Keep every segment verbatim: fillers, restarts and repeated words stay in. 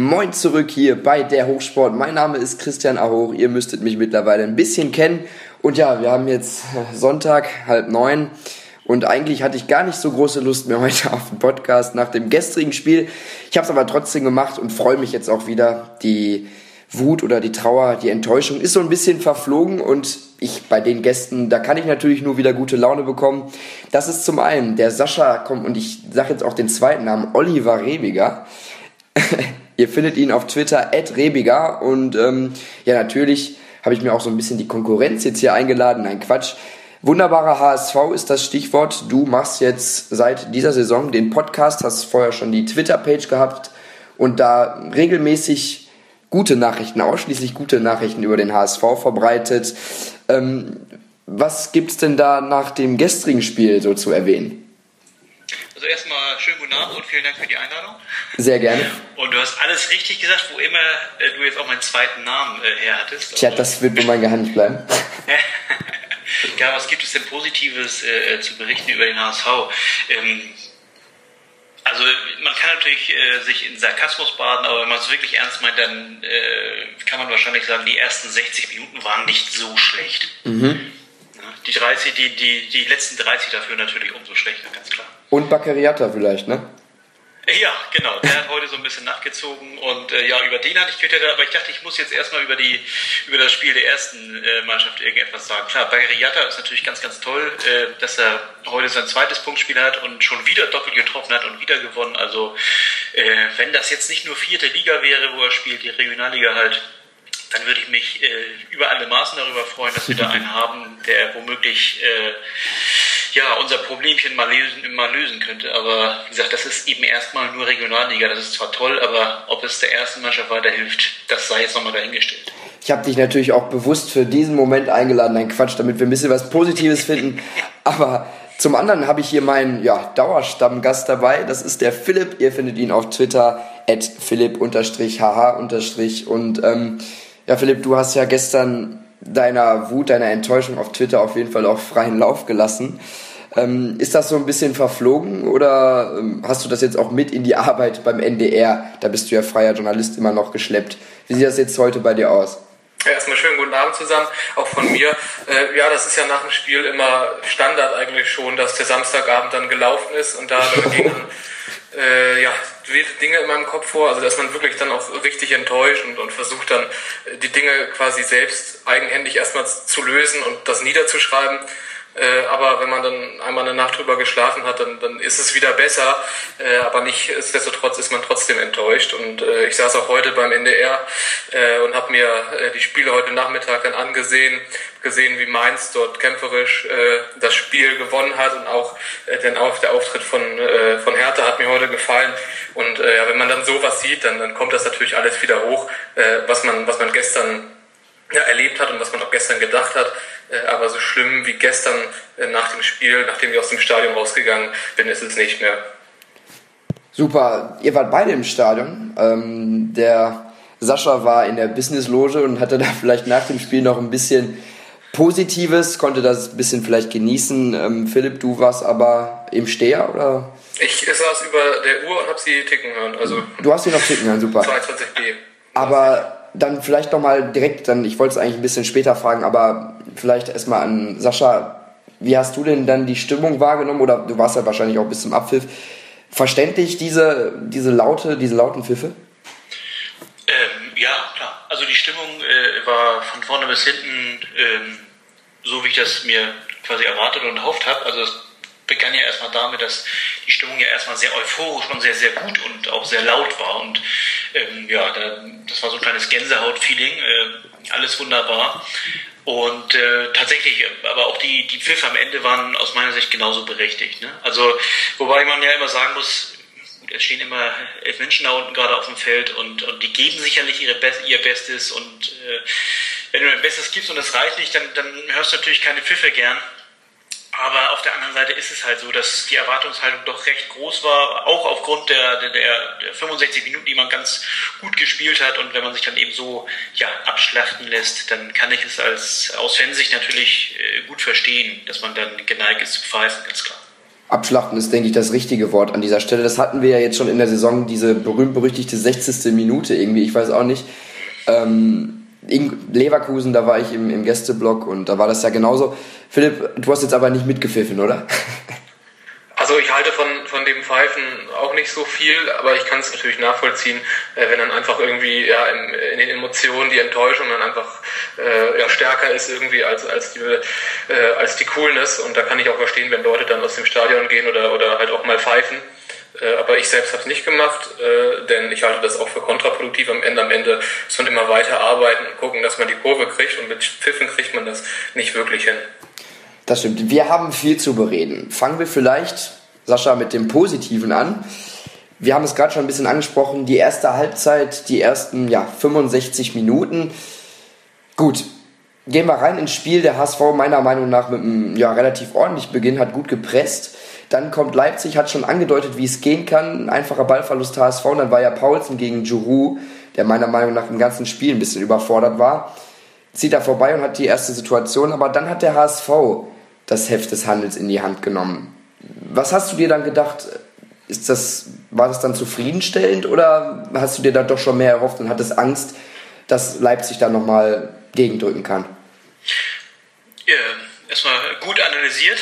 Moin zurück hier bei der Hochsport. Mein Name ist Christian Ahoch, ihr müsstet mich mittlerweile ein bisschen kennen. Und ja, wir haben jetzt Sonntag, halb neun. Und eigentlich hatte ich gar nicht so große Lust mehr heute auf den Podcast nach dem gestrigen Spiel. Ich habe es aber trotzdem gemacht und freue mich jetzt auch wieder. Die Wut oder die Trauer, die Enttäuschung ist so ein bisschen verflogen und ich bei den Gästen, da kann ich natürlich nur wieder gute Laune bekommen. Das ist zum einen der Sascha, kommt und ich sage jetzt auch den zweiten Namen, Oliver Rebiger. Ihr findet ihn auf Twitter at Rebiger und ähm, ja, natürlich habe ich mir auch so ein bisschen die Konkurrenz jetzt hier eingeladen. Nein, Quatsch. Wunderbarer H S V ist das Stichwort. Du machst jetzt seit dieser Saison den Podcast, hast vorher schon die Twitter-Page gehabt und da regelmäßig gute Nachrichten, ausschließlich gute Nachrichten über den H S V verbreitet. Ähm, was gibt's denn da nach dem gestrigen Spiel so zu erwähnen? Also erstmal schönen guten Abend und vielen Dank für die Einladung. Sehr gerne. Und du hast alles richtig gesagt, wo immer äh, du jetzt auch meinen zweiten Namen äh, her hattest. Tja, das wird wohl mein Geheimnis bleiben. Ja, was gibt es denn Positives äh, zu berichten über den H S V? Ähm, Also man kann natürlich äh, sich in Sarkasmus baden, aber wenn man es wirklich ernst meint, dann äh, kann man wahrscheinlich sagen, die ersten sechzig Minuten waren nicht so schlecht. Mhm. Ja, die dreißig, die, die, die letzten dreißig dafür natürlich umso schlechter, ganz klar. Und Baccariata vielleicht, ne? Ja, genau. Der hat heute so ein bisschen nachgezogen und äh, ja, über den hatte ich getwittert, aber ich dachte, ich muss jetzt erstmal über die über das Spiel der ersten äh, Mannschaft irgendetwas sagen. Klar, Baccariata ist natürlich ganz, ganz toll, äh, dass er heute sein zweites Punktspiel hat und schon wieder doppelt getroffen hat und wieder gewonnen. Also äh, wenn das jetzt nicht nur vierte Liga wäre, wo er spielt, die Regionalliga halt, dann würde ich mich äh, über alle Maßen darüber freuen, dass wir da einen haben, der womöglich äh, ja, unser Problemchen mal lösen, mal lösen könnte. Aber wie gesagt, das ist eben erstmal nur Regionalliga. Das ist zwar toll, aber ob es der ersten Mannschaft weiterhilft, das sei jetzt nochmal dahingestellt. Ich habe dich natürlich auch bewusst für diesen Moment eingeladen. Nein, Quatsch, damit wir ein bisschen was Positives finden. Aber zum anderen habe ich hier meinen ja, Dauerstammgast dabei. Das ist der Philipp. Ihr findet ihn auf Twitter at philipp hh und ähm, ja, Philipp, du hast ja gestern deiner Wut, deiner Enttäuschung auf Twitter auf jeden Fall auch freien Lauf gelassen. Ähm, ist das so ein bisschen verflogen oder ähm, hast du das jetzt auch mit in die Arbeit beim N D R? Da bist du ja freier Journalist immer noch geschleppt. Wie sieht das jetzt heute bei dir aus? Ja, erstmal schönen guten Abend zusammen, auch von mir. Äh, ja, das ist ja nach dem Spiel immer Standard eigentlich schon, dass der Samstagabend dann gelaufen ist und da gingen dann äh, ja, wilde Dinge in meinem Kopf vor, also dass man wirklich dann auch richtig enttäuscht und, und versucht dann die Dinge quasi selbst eigenhändig erstmal zu lösen und das niederzuschreiben. Äh, aber wenn man dann einmal eine Nacht drüber geschlafen hat, dann, dann ist es wieder besser. Äh, aber nichtsdestotrotz ist man trotzdem enttäuscht. Und äh, ich saß auch heute beim N D R äh, und habe mir äh, die Spiele heute Nachmittag dann angesehen, gesehen, wie Mainz dort kämpferisch äh, das Spiel gewonnen hat und auch äh, denn auch der Auftritt von äh, von Hertha hat mir heute gefallen. Und äh, ja, wenn man dann sowas sieht, dann, dann kommt das natürlich alles wieder hoch, äh, was man was man gestern ja, erlebt hat und was man auch gestern gedacht hat. Aber so schlimm wie gestern nach dem Spiel, nachdem ich aus dem Stadion rausgegangen bin, ist es nicht mehr. Super, ihr wart beide im Stadion. Ähm, der Sascha war in der Business-Loge und hatte da vielleicht nach dem Spiel noch ein bisschen Positives, konnte das ein bisschen vielleicht genießen. Ähm, Philipp, du warst aber im Steher, oder? Ich saß über der Uhr und habe sie ticken hören. Also du hast sie noch ticken hören, super. zweiundzwanzig B. Aber dann vielleicht nochmal direkt, dann, ich wollte es eigentlich ein bisschen später fragen, aber vielleicht erstmal an Sascha, wie hast du denn dann die Stimmung wahrgenommen, oder du warst ja wahrscheinlich auch bis zum Abpfiff, verständlich diese, diese laute, diese lauten Pfiffe? Ähm, ja, klar. Also die Stimmung äh, war von vorne bis hinten ähm, so, wie ich das mir quasi erwartet und erhofft habe. Also es begann ja erstmal damit, dass die Stimmung ja erstmal sehr euphorisch und sehr, sehr gut und auch sehr laut war. Und ähm, ja, da, das war so ein kleines Gänsehaut-Feeling. Äh, alles wunderbar. Und äh, tatsächlich, aber auch die, die Pfiffe am Ende waren aus meiner Sicht genauso berechtigt. Ne? Also, wobei man ja immer sagen muss, es stehen immer elf Menschen da unten gerade auf dem Feld und, und die geben sicherlich ihre Be- ihr Bestes. Und äh, wenn du dein Bestes gibst und das reicht nicht, dann, dann hörst du natürlich keine Pfiffe gern. Aber auf der anderen Seite ist es halt so, dass die Erwartungshaltung doch recht groß war, auch aufgrund der, der, der fünfundsechzig Minuten, die man ganz gut gespielt hat. Und wenn man sich dann eben so ja, abschlachten lässt, dann kann ich es als aus Fansicht natürlich gut verstehen, dass man dann geneigt ist zu pfeifen, ganz klar. Abschlachten ist, denke ich, das richtige Wort an dieser Stelle. Das hatten wir ja jetzt schon in der Saison, diese berühmt-berüchtigte sechzigste Minute irgendwie, ich weiß auch nicht. Ähm, in Leverkusen, da war ich im, im Gästeblock und da war das ja genauso. Philipp, du hast jetzt aber nicht mitgepfiffen, oder? Also ich halte von, von dem Pfeifen auch nicht so viel, aber ich kann es natürlich nachvollziehen, äh, wenn dann einfach irgendwie ja, in, in den Emotionen die Enttäuschung dann einfach äh, ja, stärker ist irgendwie als, als, die, äh, als die Coolness. Und da kann ich auch verstehen, wenn Leute dann aus dem Stadion gehen oder, oder halt auch mal pfeifen. Äh, aber ich selbst habe es nicht gemacht, äh, denn ich halte das auch für kontraproduktiv. Am Ende, am Ende muss man immer weiter arbeiten und gucken, dass man die Kurve kriegt. Und mit Pfiffen kriegt man das nicht wirklich hin. Das stimmt. Wir haben viel zu bereden. Fangen wir vielleicht, Sascha, mit dem Positiven an. Wir haben es gerade schon ein bisschen angesprochen. Die erste Halbzeit, die ersten ja, fünfundsechzig Minuten. Gut, gehen wir rein ins Spiel. Der H S V meiner Meinung nach mit einem ja, relativ ordentlichen Beginn hat gut gepresst. Dann kommt Leipzig, hat schon angedeutet, wie es gehen kann. Ein einfacher Ballverlust H S V. Und dann war ja Paulsen gegen Giroud, der meiner Meinung nach im ganzen Spiel ein bisschen überfordert war. Zieht er vorbei und hat die erste Situation. Aber dann hat der H S V das Heft des Handels in die Hand genommen. Was hast du dir dann gedacht? Ist das, war das dann zufriedenstellend oder hast du dir da doch schon mehr erhofft und hattest Angst, dass Leipzig da nochmal gegendrücken kann? Ja, erstmal gut analysiert.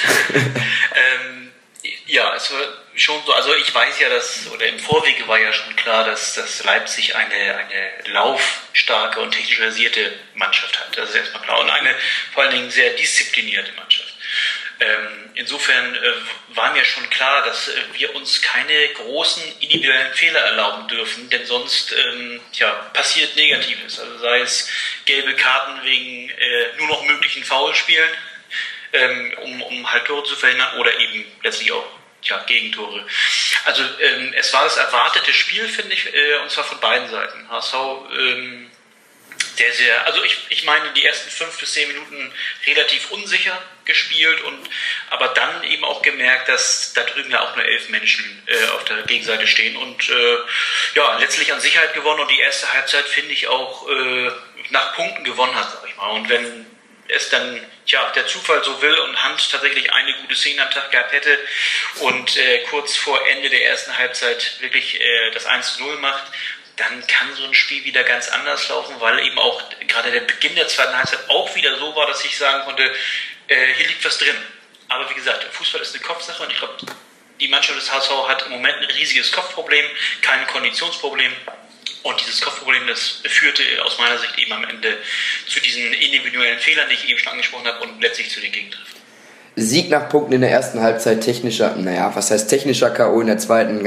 ähm, ja, es war schon so, also ich weiß ja, dass, oder im Vorwege war ja schon klar, dass, dass Leipzig eine, eine laufstarke und technisch versierte Mannschaft hat. Das ist erstmal klar. Und eine vor allen Dingen sehr disziplinierte Mannschaft. Ähm, insofern äh, war mir schon klar, dass äh, wir uns keine großen individuellen Fehler erlauben dürfen, denn sonst ähm, ja, passiert Negatives. Also sei es gelbe Karten wegen äh, nur noch möglichen Foulspielen, ähm, um, um halt Tore zu verhindern oder eben letztlich auch ja, Gegentore. Also ähm, es war das erwartete Spiel, finde ich, äh, und zwar von beiden Seiten. H S V ähm, sehr, sehr, also ich, ich meine, die ersten fünf bis zehn Minuten relativ unsicher gespielt und aber dann eben auch gemerkt, dass da drüben ja auch nur elf Menschen äh, auf der Gegenseite stehen und äh, ja, letztlich an Sicherheit gewonnen und die erste Halbzeit, finde ich, auch äh, nach Punkten gewonnen hat, sag ich mal. Und wenn es dann, tja, der Zufall so will und Hand tatsächlich eine gute Szene am Tag gehabt hätte und äh, kurz vor Ende der ersten Halbzeit wirklich äh, das eins zu null macht, dann kann so ein Spiel wieder ganz anders laufen, weil eben auch gerade der Beginn der zweiten Halbzeit auch wieder so war, dass ich sagen konnte, äh, hier liegt was drin. Aber wie gesagt, Fußball ist eine Kopfsache und ich glaube, die Mannschaft des H S V hat im Moment ein riesiges Kopfproblem, kein Konditionsproblem. Und dieses Kopfproblem, das führte aus meiner Sicht eben am Ende zu diesen individuellen Fehlern, die ich eben schon angesprochen habe und letztlich zu den Gegentreffen. Sieg nach Punkten in der ersten Halbzeit, technischer, naja, was heißt technischer K O in der zweiten,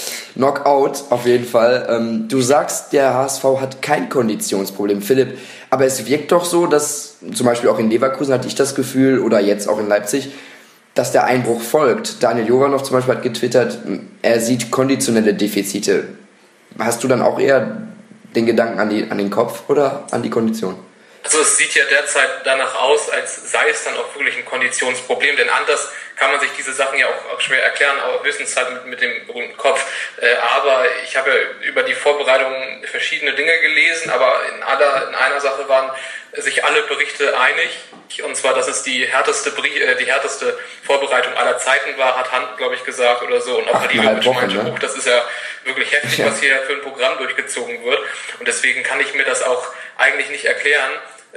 Knockout auf jeden Fall. Ähm, du sagst, der H S V hat kein Konditionsproblem, Philipp, aber es wirkt doch so, dass zum Beispiel auch in Leverkusen hatte ich das Gefühl, oder jetzt auch in Leipzig, dass der Einbruch folgt. Daniel Jovanov zum Beispiel hat getwittert, er sieht konditionelle Defizite. Hast du dann auch eher den Gedanken an, die, an den Kopf oder an die Kondition? Also es sieht ja derzeit danach aus, als sei es dann auch wirklich ein Konditionsproblem, denn anders kann man sich diese Sachen ja auch, auch schwer erklären, aber höchstens halt mit, mit dem berühmten Kopf. Äh, aber ich habe ja über die Vorbereitungen verschiedene Dinge gelesen, aber in, aller, in einer Sache waren sich alle Berichte einig, und zwar, dass es die härteste, äh, die härteste Vorbereitung aller Zeiten war, hat Hand, glaube ich, gesagt oder so. Und auch Halilowitsch meinte, ne? Das ist ja wirklich heftig, ja, was hier für ein Programm durchgezogen wird. Und deswegen kann ich mir das auch eigentlich nicht erklären,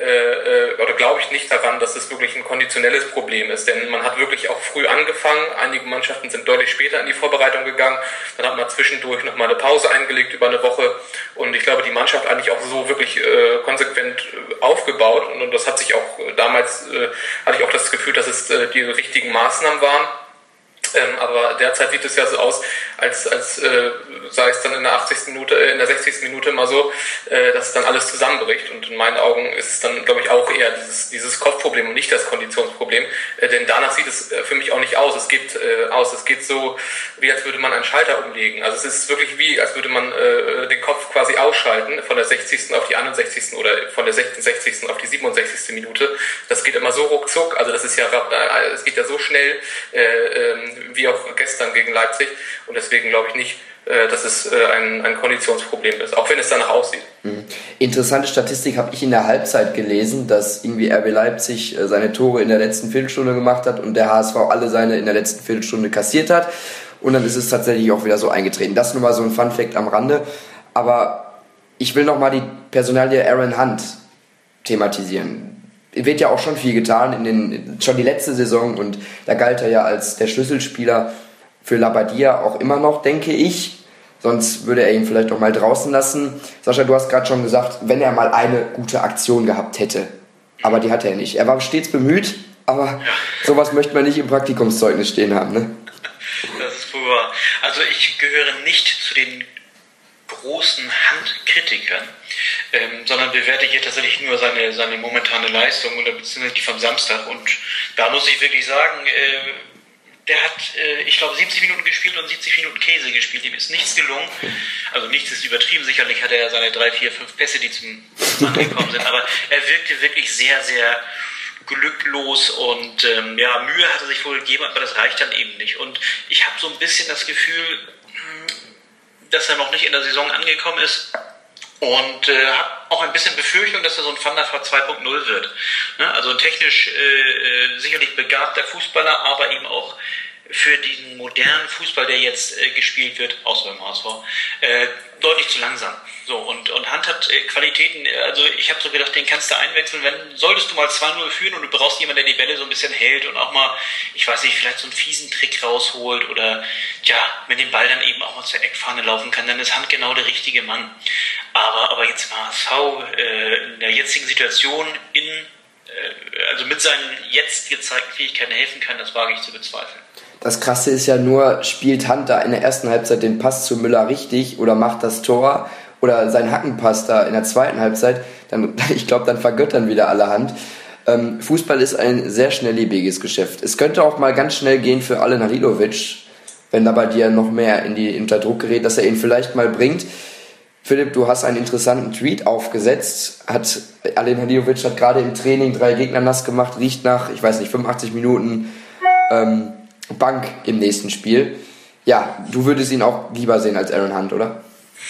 Äh, oder glaube ich nicht daran, dass es wirklich ein konditionelles Problem ist, denn man hat wirklich auch früh angefangen, einige Mannschaften sind deutlich später in die Vorbereitung gegangen, dann hat man zwischendurch nochmal eine Pause eingelegt über eine Woche und ich glaube, die Mannschaft eigentlich auch so wirklich äh, konsequent äh, aufgebaut und, und das hat sich auch äh, damals, äh, hatte ich auch das Gefühl, dass es äh, die richtigen Maßnahmen waren. Ähm, aber derzeit sieht es ja so aus, als, als äh, sei es dann in der achtzigsten Minute, äh, in der sechzigsten Minute mal so, äh, dass dann alles zusammenbricht. Und in meinen Augen ist es dann, glaube ich, auch eher dieses, dieses Kopfproblem und nicht das Konditionsproblem. Äh, denn danach sieht es äh, für mich auch nicht aus. Es geht äh, aus, es geht so, wie als würde man einen Schalter umlegen. Also es ist wirklich wie, als würde man äh, den Kopf quasi ausschalten, von der sechzigsten auf die einundsechzigsten oder von der sechzigsten auf die siebenundsechzigste Minute. Das geht immer so ruckzuck. Also das ist ja, äh, es geht ja so schnell, äh, äh, wie auch gestern gegen Leipzig. Und deswegen glaube ich nicht, äh, dass es äh, ein, ein Konditionsproblem ist, auch wenn es danach aussieht. Mhm. Interessante Statistik habe ich in der Halbzeit gelesen, dass irgendwie R B Leipzig äh, seine Tore in der letzten Viertelstunde gemacht hat und der H S V alle seine in der letzten Viertelstunde kassiert hat. Und dann ist es tatsächlich auch wieder so eingetreten. Das nur mal so ein Funfact am Rande. Aber ich will nochmal die Personalie Aaron Hunt thematisieren. Wird ja auch schon viel getan, in den, schon die letzte Saison. Und da galt er ja als der Schlüsselspieler für Labadia auch immer noch, denke ich. Sonst würde er ihn vielleicht auch mal draußen lassen. Sascha, du hast gerade schon gesagt, wenn er mal eine gute Aktion gehabt hätte. Aber die hat er nicht. Er war stets bemüht, aber sowas möchte man nicht im Praktikumszeugnis stehen haben, ne? Das ist wohl wahr. Also ich gehöre nicht zu den großen Handkritikern, ähm, sondern bewerte hier tatsächlich nur seine, seine momentane Leistung oder beziehungsweise die vom Samstag. Und da muss ich wirklich sagen, äh, der hat, äh, ich glaube, siebzig Minuten gespielt und siebzig Minuten Käse gespielt. Dem ist nichts gelungen. Also nichts ist übertrieben. Sicherlich hat er ja seine drei, vier, fünf Pässe, die zum Mann gekommen sind. Aber er wirkte wirklich sehr, sehr glücklos und ähm, ja, Mühe hat er sich wohl gegeben, aber das reicht dann eben nicht. Und ich habe so ein bisschen das Gefühl, dass er noch nicht in der Saison angekommen ist und äh, habe auch ein bisschen Befürchtung, dass er so ein Van der Vaart zwei Punkt null wird. Ne? Also technisch äh, sicherlich begabter Fußballer, aber eben auch für diesen modernen Fußball, der jetzt äh, gespielt wird, außer beim H S V, äh, deutlich zu langsam. So, und, und Hunt hat äh, Qualitäten, also ich habe so gedacht, den kannst du einwechseln, wenn, solltest du mal zwei null führen und du brauchst jemanden, der die Bälle so ein bisschen hält und auch mal, ich weiß nicht, vielleicht so einen fiesen Trick rausholt oder, ja, mit dem Ball dann eben auch mal zur Eckfahne laufen kann, dann ist Hunt genau der richtige Mann. Aber, aber jetzt im H S V, äh, in der jetzigen Situation, in, äh, also mit seinen jetzt gezeigten Fähigkeiten helfen kann, das wage ich zu bezweifeln. Das Krasse ist ja nur, spielt Hunt da in der ersten Halbzeit den Pass zu Müller richtig oder macht das Tor oder seinen Hackenpass da in der zweiten Halbzeit, dann, ich glaube, dann vergöttern wieder alle Hand. Ähm, Fußball ist ein sehr schnelllebiges Geschäft. Es könnte auch mal ganz schnell gehen für Alen Halilovic, wenn da bei dir noch mehr in die unter Druck gerät, dass er ihn vielleicht mal bringt. Philipp, du hast einen interessanten Tweet aufgesetzt. Hat, Alen Halilovic hat gerade im Training drei Gegner nass gemacht, riecht nach, ich weiß nicht, fünfundachtzig Minuten ähm, Bank im nächsten Spiel. Ja, du würdest ihn auch lieber sehen als Aaron Hunt, oder?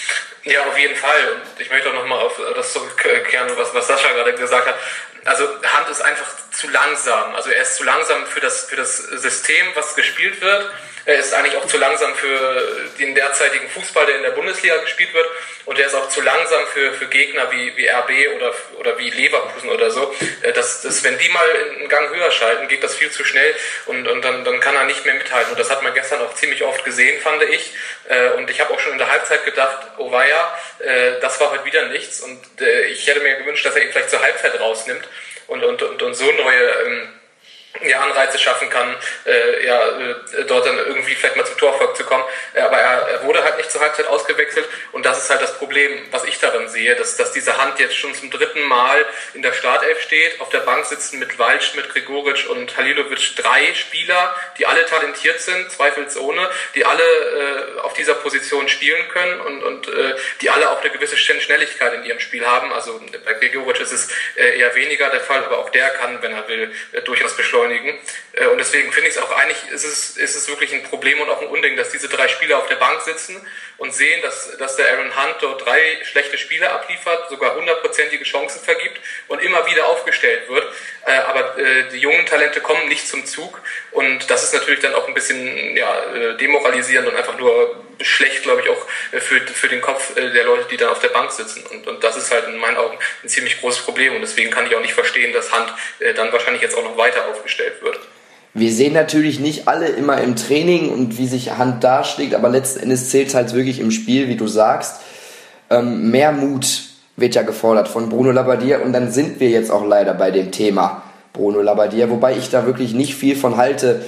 Ja, auf jeden Fall. Und ich möchte auch nochmal auf das zurückkehren, was, was Sascha gerade gesagt hat. Also Hunt ist einfach zu langsam. Also er ist zu langsam für das, für das System, was gespielt wird. Er ist eigentlich auch zu langsam für den derzeitigen Fußball, der in der Bundesliga gespielt wird. Und er ist auch zu langsam für, für Gegner wie, wie R B oder, oder wie Leverkusen oder so. Das, das, wenn die mal einen Gang höher schalten, geht das viel zu schnell und, und dann, dann kann er nicht mehr mithalten. Und das hat man gestern auch ziemlich oft gesehen, fand ich. Und ich habe auch schon in der Halbzeit gedacht, oh weia, das war heute wieder nichts. Und ich hätte mir gewünscht, dass er ihn vielleicht zur Halbzeit rausnimmt und, und, und, und so neue ja, Anreize schaffen kann, äh, ja, äh, dort dann irgendwie vielleicht mal zum Torerfolg zu kommen. Äh, aber er, er wurde halt nicht zur Halbzeit ausgewechselt und das ist halt das Problem, was ich darin sehe, dass, dass diese Hand jetzt schon zum dritten Mal in der Startelf steht. Auf der Bank sitzen mit Waldschmidt, Gregoritsch und Halilovic drei Spieler, die alle talentiert sind, zweifelsohne, die alle äh, auf dieser Position spielen können und, und äh, die alle auch eine gewisse Schnelligkeit in ihrem Spiel haben. Also bei Gregoritsch ist es äh, eher weniger der Fall, aber auch der kann, wenn er will, äh, durchaus beschleunigen. Und deswegen finde ich es auch eigentlich, ist es, ist es wirklich ein Problem und auch ein Unding, dass diese drei Spieler auf der Bank sitzen und sehen, dass, dass der Aaron Hunt dort drei schlechte Spiele abliefert, sogar hundertprozentige Chancen vergibt und immer wieder aufgestellt wird. Aber die jungen Talente kommen nicht zum Zug und das ist natürlich dann auch ein bisschen ja, demoralisierend und einfach nur schlecht, glaube ich, auch für, für den Kopf der Leute, die dann auf der Bank sitzen. Und, und das ist halt in meinen Augen ein ziemlich großes Problem und deswegen kann ich auch nicht verstehen, dass Hunt dann wahrscheinlich jetzt auch noch weiter aufgestellt wird. Wir sehen natürlich nicht alle immer im Training und wie sich Hunt darschlägt, aber letzten Endes zählt es halt wirklich im Spiel, wie du sagst. Ähm, mehr Mut wird ja gefordert von Bruno Labbadia und dann sind wir jetzt auch leider bei dem Thema Bruno Labbadia, wobei ich da wirklich nicht viel von halte,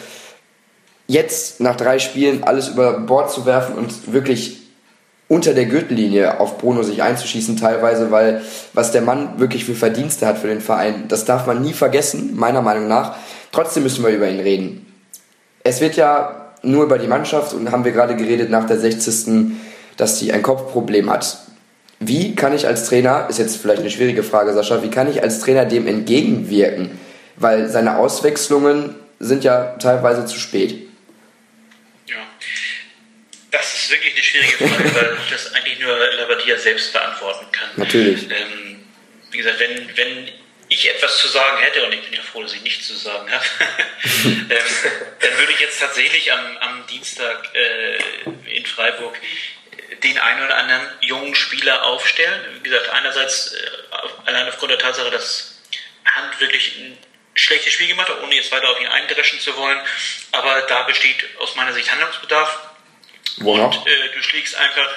jetzt nach drei Spielen alles über Bord zu werfen und wirklich unter der Gürtellinie auf Bruno sich einzuschießen teilweise, weil was der Mann wirklich für Verdienste hat für den Verein, das darf man nie vergessen, meiner Meinung nach. Trotzdem müssen wir über ihn reden. Es wird ja nur über die Mannschaft und haben wir gerade geredet nach der sechzigsten dass sie ein Kopfproblem hat. Wie kann ich als Trainer, ist jetzt vielleicht eine schwierige Frage, Sascha, wie kann ich als Trainer dem entgegenwirken? Weil seine Auswechslungen sind ja teilweise zu spät. Ja, das ist ist wirklich eine schwierige Frage, weil das eigentlich nur Labbadia selbst beantworten kann. Natürlich. Ähm, wie gesagt, wenn, wenn ich etwas zu sagen hätte, und ich bin ja froh, dass ich nichts zu sagen habe, ähm, dann würde ich jetzt tatsächlich am, am Dienstag äh, in Freiburg den einen oder anderen jungen Spieler aufstellen. Wie gesagt, einerseits äh, allein aufgrund der Tatsache, dass Hand wirklich ein schlechtes Spiel gemacht hat, ohne jetzt weiter auf ihn eindreschen zu wollen, aber da besteht aus meiner Sicht Handlungsbedarf. Wo und noch? Äh, du schlägst einfach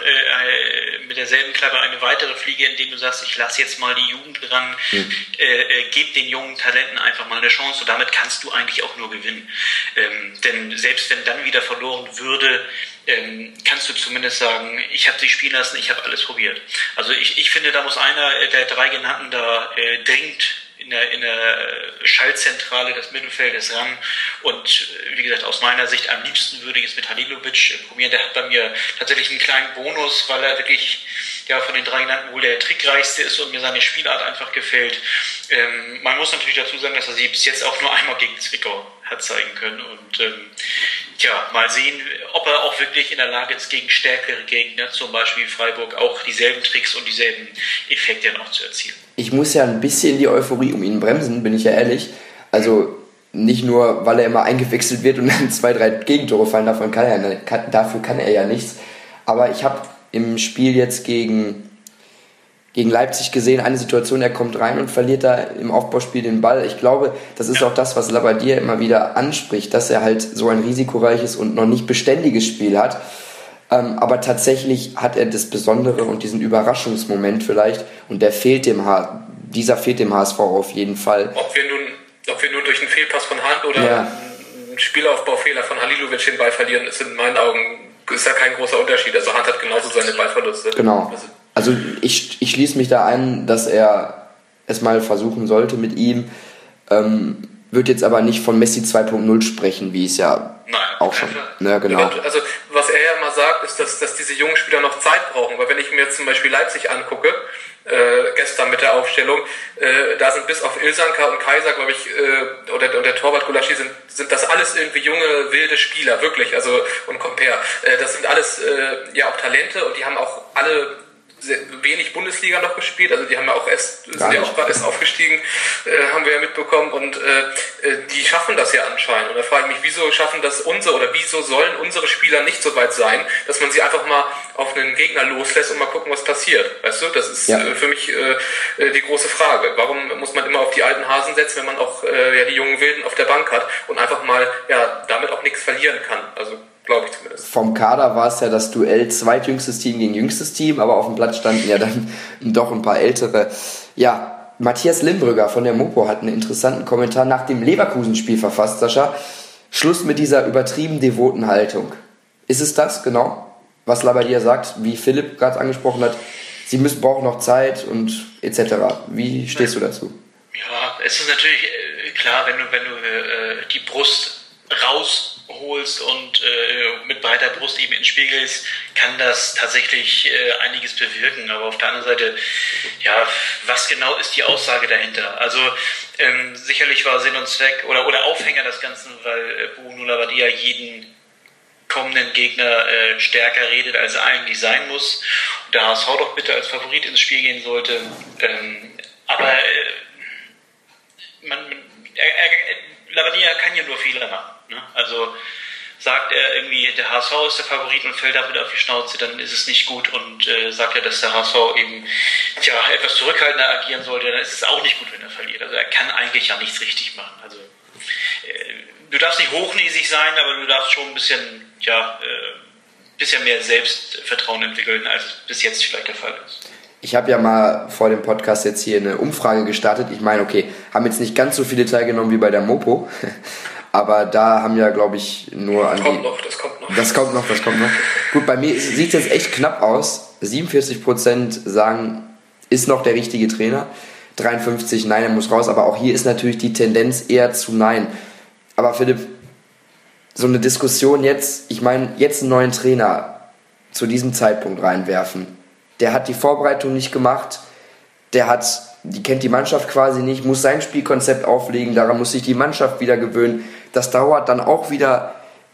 äh, mit derselben Klappe eine weitere Fliege, indem du sagst, ich lasse jetzt mal die Jugend ran, hm. äh, äh, gib den jungen Talenten einfach mal eine Chance und damit kannst du eigentlich auch nur gewinnen. Ähm, denn selbst wenn dann wieder verloren würde, ähm, kannst du zumindest sagen, ich habe sie spielen lassen, ich habe alles probiert. Also ich, ich finde, da muss einer der drei genannten da äh, dringend in der, in der Schaltzentrale des Mittelfeldes ran und wie gesagt, aus meiner Sicht am liebsten würde ich es mit Halilovic probieren. Der hat bei mir tatsächlich einen kleinen Bonus, weil er wirklich ja von den drei genannten wohl der trickreichste ist und mir seine Spielart einfach gefällt. Ähm, man muss natürlich dazu sagen, dass er sie bis jetzt auch nur einmal gegen Zwickau hat zeigen können und ähm, tja, mal sehen, ob er auch wirklich in der Lage ist, gegen stärkere Gegner, zum Beispiel Freiburg, auch dieselben Tricks und dieselben Effekte noch zu erzielen. Ich muss ja ein bisschen die Euphorie um ihn bremsen, bin ich ja ehrlich. Also nicht nur, weil er immer eingewechselt wird und dann zwei, drei Gegentore fallen, davon kann er, kann, dafür kann er ja nichts. Aber ich habe im Spiel jetzt gegen, gegen Leipzig gesehen, eine Situation, er kommt rein und verliert da im Aufbauspiel den Ball. Ich glaube, das ist auch das, was Labbadia immer wieder anspricht, dass er halt so ein risikoreiches und noch nicht beständiges Spiel hat. Ähm, aber tatsächlich hat er das Besondere und diesen Überraschungsmoment vielleicht und der fehlt dem H- dieser fehlt dem H S V auf jeden Fall. Ob wir nun, ob wir nur durch einen Fehlpass von Hand oder ja. einen Spielaufbaufehler von Halilovic den Ball verlieren, ist in meinen Augen ist ja kein großer Unterschied. Also Hand hat genauso seine Ballverluste. Genau. Also ich, ich schließe mich da ein, dass er es mal versuchen sollte mit ihm. Ähm, wird jetzt aber nicht von Messi zwei Punkt null sprechen, wie es ja Nein, auch schon. Ne, genau. Also was er ja immer sagt, ist, dass, dass diese jungen Spieler noch Zeit brauchen. Weil wenn ich mir jetzt zum Beispiel Leipzig angucke, äh, gestern mit der Aufstellung, äh, da sind bis auf Ilsanker und Kaiser, glaube ich, äh, oder, und der Torwart Gulaschi, sind, sind das alles irgendwie junge, wilde Spieler, wirklich. Also und Compare. Äh, das sind alles äh, ja auch Talente und die haben auch alle wenig Bundesliga noch gespielt, also die haben ja auch erst, sind ja auch gerade erst aufgestiegen, äh, haben wir ja mitbekommen und äh, die schaffen das ja anscheinend und da frage ich mich, wieso schaffen das unsere oder wieso sollen unsere Spieler nicht so weit sein, dass man sie einfach mal auf einen Gegner loslässt und mal gucken, was passiert, weißt du, das ist ja. äh, für mich äh, die große Frage, warum muss man immer auf die alten Hasen setzen, wenn man auch äh, ja die jungen Wilden auf der Bank hat und einfach mal ja damit auch nichts verlieren kann, also glaube ich zumindest. Vom Kader war es ja das Duell zweitjüngstes Team gegen jüngstes Team, aber auf dem Platz standen ja dann doch ein paar ältere. Ja, Matthias Limbrügger von der Mopo hat einen interessanten Kommentar nach dem Leverkusen-Spiel verfasst, Sascha. Schluss mit dieser übertrieben devoten Haltung. Ist es das, genau, was Labbadia sagt, wie Philipp gerade angesprochen hat, sie müssen brauchen noch Zeit und et cetera. Wie stehst du dazu? Ja, es ist natürlich äh, klar, wenn du, wenn du äh, die Brust rausholst und äh, mit breiter Brust eben ins Spiel gehst, kann das tatsächlich äh, einiges bewirken. Aber auf der anderen Seite, ja, was genau ist die Aussage dahinter? Also ähm, sicherlich war Sinn und Zweck oder, oder Aufhänger des Ganzen, weil äh, Bruno Labbadia jeden kommenden Gegner äh, stärker redet, als er eigentlich sein muss. Und der H S V doch bitte als Favorit ins Spiel gehen sollte. Ähm, aber äh, man, er, er, Labbadia kann ja nur Fehler machen. Ne? Also sagt er irgendwie, der H S V ist der Favorit und fällt damit auf die Schnauze, dann ist es nicht gut und äh, sagt er, dass der H S V eben tja, etwas zurückhaltender agieren sollte, dann ist es auch nicht gut, wenn er verliert. Also er kann eigentlich ja nichts richtig machen. Also äh, du darfst nicht hochnäsig sein, aber du darfst schon ein bisschen, ja, äh, bisschen mehr Selbstvertrauen entwickeln, als es bis jetzt vielleicht der Fall ist. Ich habe ja mal vor dem Podcast jetzt hier eine Umfrage gestartet. Ich meine, okay, haben jetzt nicht ganz so viele teilgenommen wie bei der Mopo, aber da haben ja, glaube ich, nur an die... Das kommt noch, das kommt noch. Das kommt noch, das kommt noch. Gut, bei mir sieht es jetzt echt knapp aus. siebenundvierzig Prozent sagen, ist noch der richtige Trainer. dreiundfünfzig, nein, er muss raus. Aber auch hier ist natürlich die Tendenz eher zu nein. Aber Philipp, so eine Diskussion jetzt, ich meine, jetzt einen neuen Trainer zu diesem Zeitpunkt reinwerfen, der hat die Vorbereitung nicht gemacht, der hat, die kennt die Mannschaft quasi nicht, muss sein Spielkonzept auflegen, daran muss sich die Mannschaft wieder gewöhnen. Das dauert dann auch wieder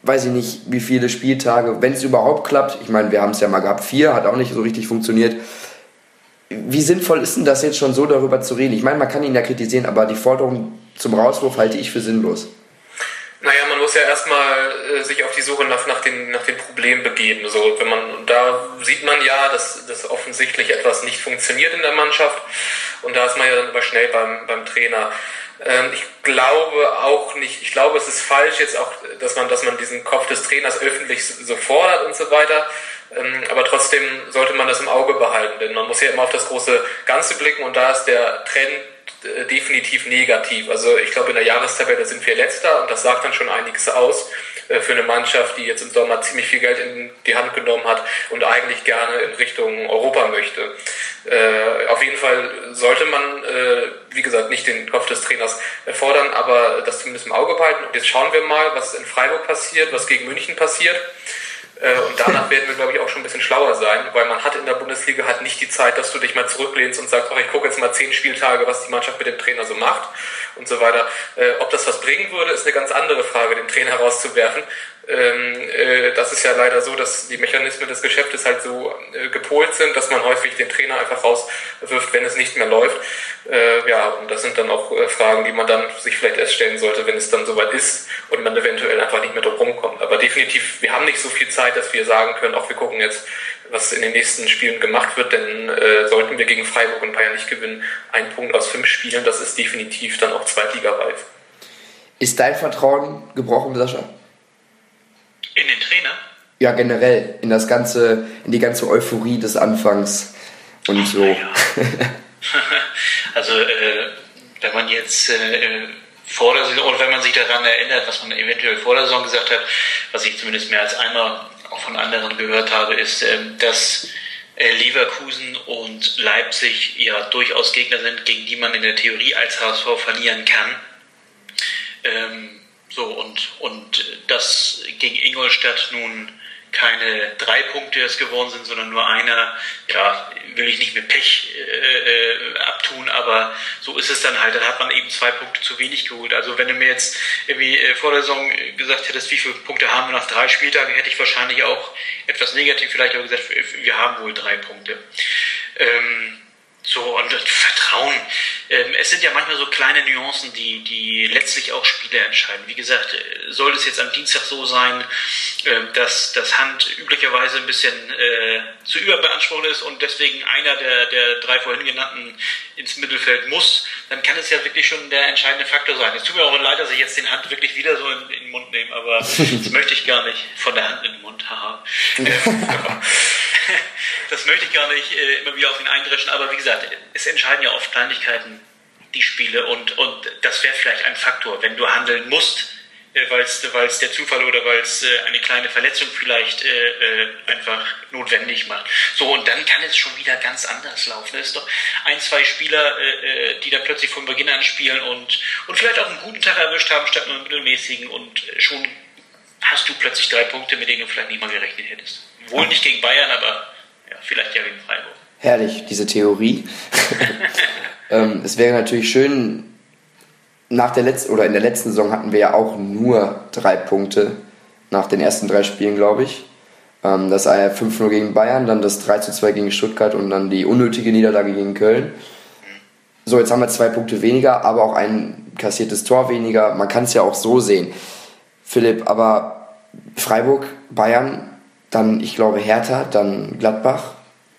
weiß ich nicht, wie viele Spieltage, wenn es überhaupt klappt, ich meine, wir haben es ja mal gehabt, vier, hat auch nicht so richtig funktioniert. Wie sinnvoll ist denn das jetzt schon so, darüber zu reden? Ich meine, man kann ihn ja kritisieren, aber die Forderung zum Rauswurf halte ich für sinnlos. Naja, man muss ja erstmal äh, sich auf die Suche nach, nach, den, nach den Problemen begeben. So, wenn man, und da sieht man ja, dass, dass offensichtlich etwas nicht funktioniert in der Mannschaft. Und da ist man ja dann immer schnell beim, beim Trainer. Ähm, ich glaube auch nicht, ich glaube, es ist falsch jetzt auch, dass man, dass man diesen Kopf des Trainers öffentlich so fordert und so weiter. Ähm, aber trotzdem sollte man das im Auge behalten, denn man muss ja immer auf das große Ganze blicken und da ist der Trend definitiv negativ. Also ich glaube, in der Jahrestabelle sind wir Letzter und das sagt dann schon einiges aus äh, für eine Mannschaft, die jetzt im Sommer ziemlich viel Geld in die Hand genommen hat und eigentlich gerne in Richtung Europa möchte. Äh, auf jeden Fall sollte man, äh, wie gesagt, nicht den Kopf des Trainers fordern, aber das zumindest im Auge behalten. Und jetzt schauen wir mal, was in Freiburg passiert, was gegen München passiert. Und danach werden wir, glaube ich, auch schon ein bisschen schlauer sein, weil man hat in der Bundesliga halt nicht die Zeit, dass du dich mal zurücklehnst und sagst, ach, ich gucke jetzt mal zehn Spieltage, was die Mannschaft mit dem Trainer so macht und so weiter. Äh, ob das was bringen würde, ist eine ganz andere Frage, den Trainer rauszuwerfen. Ähm, äh, das ist ja leider so, dass die Mechanismen des Geschäftes halt so äh, gepolt sind, dass man häufig den Trainer einfach rauswirft, wenn es nicht mehr läuft. Äh, ja, und das sind dann auch äh, Fragen, die man dann sich vielleicht erst stellen sollte, wenn es dann soweit ist und man eventuell einfach nicht mehr drum rumkommt. Aber definitiv, wir haben nicht so viel Zeit, dass wir sagen können, auch wir gucken jetzt, was in den nächsten Spielen gemacht wird, denn äh, sollten wir gegen Freiburg und Bayern nicht gewinnen, ein Punkt aus fünf Spielen, das ist definitiv dann auch zweitligareif. Ist dein Vertrauen gebrochen, Sascha? In den Trainer? Ja, generell, in das ganze, in die ganze Euphorie des Anfangs und so. Ja. Also, äh, wenn man jetzt äh, vor der Saison, oder wenn man sich daran erinnert, was man eventuell vor der Saison gesagt hat, was ich zumindest mehr als einmal auch von anderen gehört habe, ist, äh, dass äh, Leverkusen und Leipzig ja durchaus Gegner sind, gegen die man in der Theorie als H S V verlieren kann. Ähm, so, und, und dass gegen Ingolstadt nun keine drei Punkte erst geworden sind, sondern nur einer, ja, will ich nicht mit Pech äh, abtun, aber so ist es dann halt. Dann hat man eben zwei Punkte zu wenig geholt. Also wenn du mir jetzt irgendwie äh, vor der Saison gesagt hättest, wie viele Punkte haben wir nach drei Spieltagen, hätte ich wahrscheinlich auch etwas negativ vielleicht auch gesagt, wir haben wohl drei Punkte. Ähm, So, und Vertrauen. Ähm, es sind ja manchmal so kleine Nuancen, die, die letztlich auch Spiele entscheiden. Wie gesagt, soll es jetzt am Dienstag so sein, äh, dass das Hand üblicherweise ein bisschen äh, zu überbeansprucht ist und deswegen einer der, der drei vorhin genannten ins Mittelfeld muss, dann kann es ja wirklich schon der entscheidende Faktor sein. Es tut mir auch leid, dass ich jetzt den Hand wirklich wieder so in, in den Mund nehme, aber das möchte ich gar nicht. Von der Hand in den Mund, haha. Das möchte ich gar nicht äh, immer wieder auf ihn eindreschen, aber wie gesagt, es entscheiden ja oft Kleinigkeiten, die Spiele, und, und das wäre vielleicht ein Faktor, wenn du handeln musst, äh, weil es der Zufall oder weil es äh, eine kleine Verletzung vielleicht äh, äh, einfach notwendig macht. So, und dann kann es schon wieder ganz anders laufen. Es ist doch ein, zwei Spieler, äh, die dann plötzlich von Beginn an spielen und, und vielleicht auch einen guten Tag erwischt haben, statt nur einen mittelmäßigen, und schon hast du plötzlich drei Punkte, mit denen du vielleicht nicht mal gerechnet hättest. Wohl nicht gegen Bayern, aber ja, vielleicht ja gegen Freiburg. Herrlich, diese Theorie. ähm, es wäre natürlich schön, nach der letzten oder in der letzten Saison hatten wir ja auch nur drei Punkte nach den ersten drei Spielen, glaube ich. Ähm, das fünf null gegen Bayern, dann das drei zu zwei gegen Stuttgart und dann die unnötige Niederlage gegen Köln. So, jetzt haben wir zwei Punkte weniger, aber auch ein kassiertes Tor weniger. Man kann es ja auch so sehen. Philipp, aber Freiburg, Bayern, dann, ich glaube, Hertha, dann Gladbach.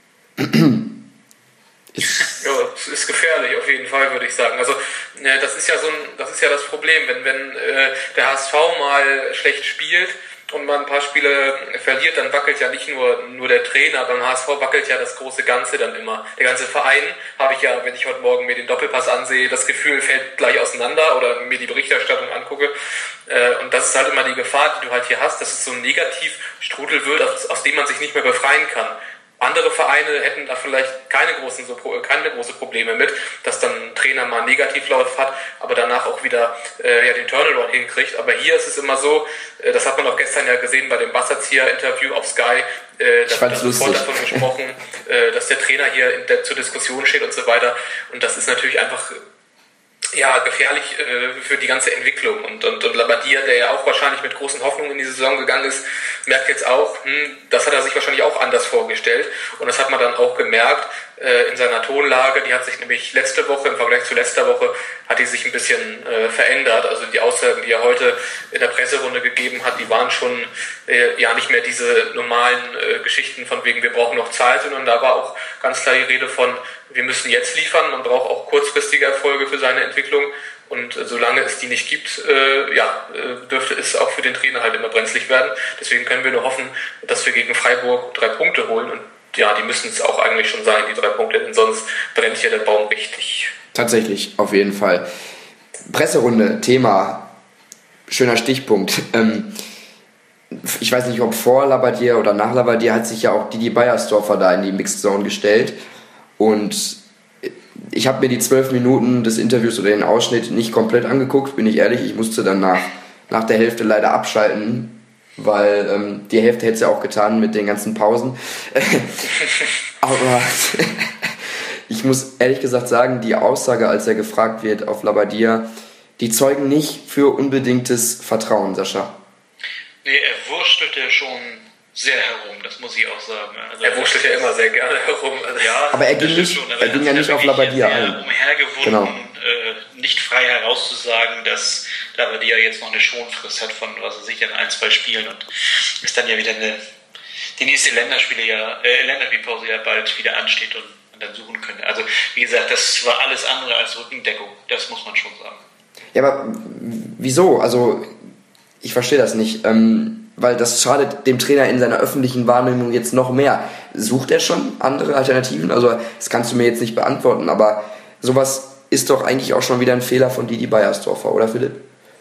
ist ja, es ist gefährlich, auf jeden Fall, würde ich sagen. Also, äh, das ist ja so ein, das ist ja das Problem, wenn, wenn äh, der H S V mal schlecht spielt und man ein paar Spiele verliert, dann wackelt ja nicht nur, nur der Trainer, beim H S V wackelt ja das große Ganze dann immer. Der ganze Verein, habe ich ja, wenn ich heute Morgen mir den Doppelpass ansehe, das Gefühl fällt gleich auseinander oder mir die Berichterstattung angucke. Und das ist halt immer die Gefahr, die du halt hier hast, dass es so ein Negativstrudel wird, aus, aus dem man sich nicht mehr befreien kann. Andere Vereine hätten da vielleicht keine großen, so, keine große Probleme mit, dass dann ein Trainer mal einen Negativlauf hat, aber danach auch wieder äh, ja, den Turnaround hinkriegt. Aber hier ist es immer so, äh, das hat man auch gestern ja gesehen bei dem Basserzieher-Interview auf Sky, äh, da wird sofort davon gesprochen, äh, dass der Trainer hier in der, zur Diskussion steht und so weiter. Und das ist natürlich einfach ja, gefährlich äh, für die ganze Entwicklung. Und, und, und Labbadia, der ja auch wahrscheinlich mit großen Hoffnungen in die Saison gegangen ist, merkt jetzt auch, hm, das hat er sich wahrscheinlich auch anders vorgestellt. Und das hat man dann auch gemerkt äh, in seiner Tonlage. Die hat sich nämlich letzte Woche, im Vergleich zu letzter Woche, hat die sich ein bisschen äh, verändert. Also die Aussagen, die er heute in der Presserunde gegeben hat, die waren schon äh, ja nicht mehr diese normalen äh, Geschichten von wegen, wir brauchen noch Zeit, sondern da war auch ganz klar die Rede von, wir müssen jetzt liefern, man braucht auch kurzfristige Erfolge für seine Entwicklung und äh, solange es die nicht gibt, äh, ja, äh, dürfte es auch für den Trainer halt immer brenzlig werden. Deswegen können wir nur hoffen, dass wir gegen Freiburg drei Punkte holen und ja, die müssen es auch eigentlich schon sein, die drei Punkte, denn sonst brennt hier der Baum richtig. Tatsächlich, auf jeden Fall. Presserunde, Thema, schöner Stichpunkt. Ähm, ich weiß nicht, ob vor Labbadia oder nach Labbadia hat sich ja auch Didi Beiersdorfer da in die Mixed Zone gestellt. Und ich habe mir die zwölf Minuten des Interviews oder den Ausschnitt nicht komplett angeguckt, bin ich ehrlich. Ich musste dann nach, nach der Hälfte leider abschalten, weil ähm, die Hälfte hätte es ja auch getan mit den ganzen Pausen. Aber ich muss ehrlich gesagt sagen, die Aussage, als er gefragt wird auf Labbadia, die zeugen nicht für unbedingtes Vertrauen, Sascha. Nee, er wurstelte schon sehr herum, das muss ich auch sagen. Also er wurschtelt ja immer sehr gerne herum. Also ja, aber er ging nicht, schon, er ging ja nicht auf Labbadia ein. Umhergewunden, genau. äh, nicht frei herauszusagen, dass Labbadia jetzt noch eine Schonfrist hat von, was weiß ich, in ein, zwei Spielen und ist dann ja wieder eine, die nächste Länderspiele ja, äh, Länderspielpause ja bald wieder ansteht und man dann suchen könnte. Also wie gesagt, das war alles andere als Rückendeckung, das muss man schon sagen. Ja, aber wieso? Also ich verstehe das nicht. Ähm, weil das schadet dem Trainer in seiner öffentlichen Wahrnehmung jetzt noch mehr. Sucht er schon andere Alternativen? Also das kannst du mir jetzt nicht beantworten, aber sowas ist doch eigentlich auch schon wieder ein Fehler von Didi Beiersdorfer, oder Philipp?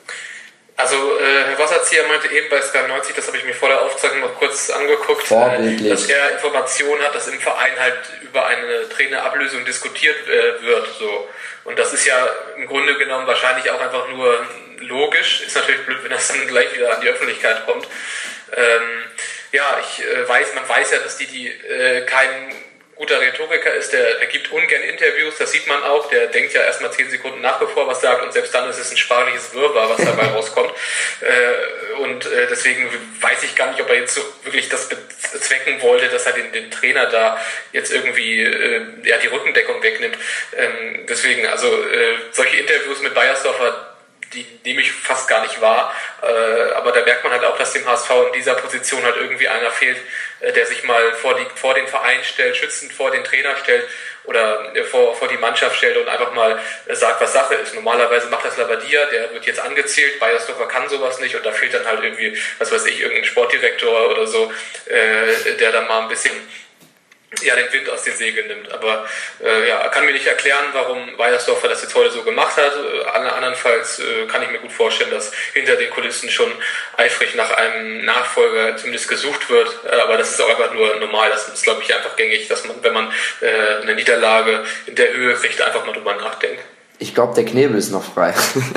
Also äh, Herr Wasserzieher meinte eben bei Sky neunzig, das habe ich mir vor der Aufzeichnung noch kurz angeguckt, äh, dass er Informationen hat, dass im Verein halt über eine Trainerablösung diskutiert äh, wird. So. Und das ist ja im Grunde genommen wahrscheinlich auch einfach nur logisch. Ist natürlich blöd, wenn das dann gleich wieder an die Öffentlichkeit kommt. Ähm, ja, ich äh, weiß, man weiß ja, dass die, die äh, kein guter Rhetoriker ist, der, der gibt ungern Interviews, das sieht man auch, der denkt ja erstmal zehn Sekunden nach, bevor er was sagt und selbst dann ist es ein sprachliches Wirrwarr, was dabei rauskommt. Äh, und äh, deswegen weiß ich gar nicht, ob er jetzt so wirklich das bezwecken wollte, dass er den, den Trainer da jetzt irgendwie äh, ja, die Rückendeckung wegnimmt. Ähm, deswegen, also äh, solche Interviews mit Beiersdorfer, die nehme ich fast gar nicht wahr, äh, aber da merkt man halt auch, dass dem H S V in dieser Position halt irgendwie einer fehlt, äh, der sich mal vor, die, vor den Verein stellt, schützend vor den Trainer stellt oder äh, vor, vor die Mannschaft stellt und einfach mal äh, sagt, was Sache ist. Normalerweise macht das Labbadia, der wird jetzt angezählt, Beiersdorfer kann sowas nicht und da fehlt dann halt irgendwie, was weiß ich, irgendein Sportdirektor oder so, äh, der dann mal ein bisschen ja, den Wind aus den Segeln nimmt. Aber äh, ja, kann mir nicht erklären, warum Beiersdorfer das jetzt heute so gemacht hat. Äh, andernfalls äh, kann ich mir gut vorstellen, dass hinter den Kulissen schon eifrig nach einem Nachfolger zumindest gesucht wird. Äh, aber das ist auch einfach nur normal. Das ist, glaube ich, einfach gängig, dass man, wenn man äh, eine Niederlage in der Höhe kriegt, einfach mal drüber nachdenkt. Ich glaube, der Knebel ist noch frei.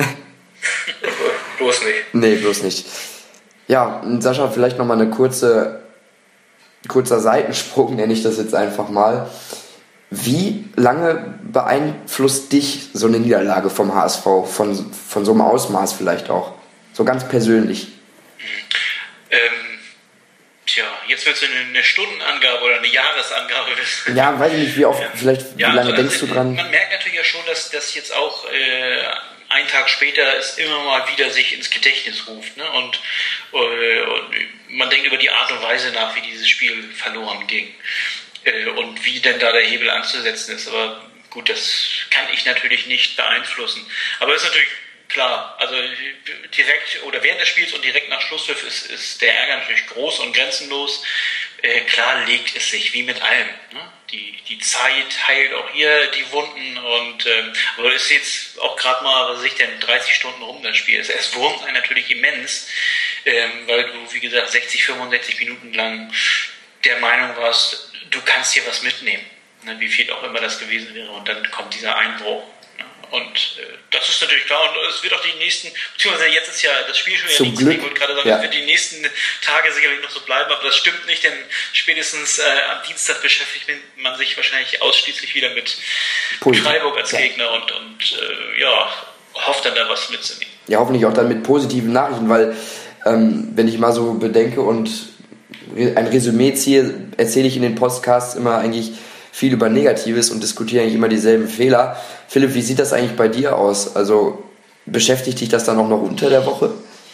Bloß nicht. Nee, bloß nicht. Ja, Sascha, vielleicht nochmal eine kurze kurzer Seitensprung, nenne ich das jetzt einfach mal. Wie lange beeinflusst dich so eine Niederlage vom H S V, von, von so einem Ausmaß vielleicht auch? So ganz persönlich. Ähm, tja, jetzt wird es eine, eine Stundenangabe oder eine Jahresangabe wissen. Ja, weiß ich nicht, wie oft, vielleicht, ja, wie lange also denkst du dran? Man merkt natürlich ja schon, dass das jetzt auch äh, einen Tag später es immer mal wieder sich ins Gedächtnis ruft, ne? Und, äh, und man denkt über die Art und Weise nach, wie dieses Spiel verloren ging äh, und wie denn da der Hebel anzusetzen ist. Aber gut, das kann ich natürlich nicht beeinflussen. Aber es ist natürlich klar, also direkt oder während des Spiels und direkt nach Schlusspfiff ist, ist der Ärger natürlich groß und grenzenlos. Äh, klar legt es sich, wie mit allem. Ne? Die, die Zeit heilt auch hier die Wunden und ähm, aber es ist jetzt auch gerade mal, was weiß ich denn, dreißig Stunden rum das Spiel. Es, es wurmt einen natürlich immens, ähm, weil du, wie gesagt, sechzig, fünfundsechzig Minuten lang der Meinung warst, du kannst hier was mitnehmen, ne? Wie viel auch immer das gewesen wäre und dann kommt dieser Einbruch. Und äh, das ist natürlich klar und es wird auch die nächsten, beziehungsweise jetzt ist ja das Spiel schon Zum ja nichts, Glück. ich wollte gerade sagen, Ja. es wird die nächsten Tage sicherlich noch so bleiben, aber das stimmt nicht, denn spätestens äh, am Dienstag beschäftigt man sich wahrscheinlich ausschließlich wieder mit Positiv. Freiburg als ja. Gegner und, und äh, ja, hofft dann da was mitzunehmen. Ja, hoffentlich auch dann mit positiven Nachrichten, weil ähm, wenn ich mal so bedenke und ein Resümee ziehe, erzähle ich in den Podcasts immer eigentlich viel über Negatives und diskutiere eigentlich immer dieselben Fehler. Philipp, wie sieht das eigentlich bei dir aus? Also beschäftigt dich das dann auch noch unter der Woche?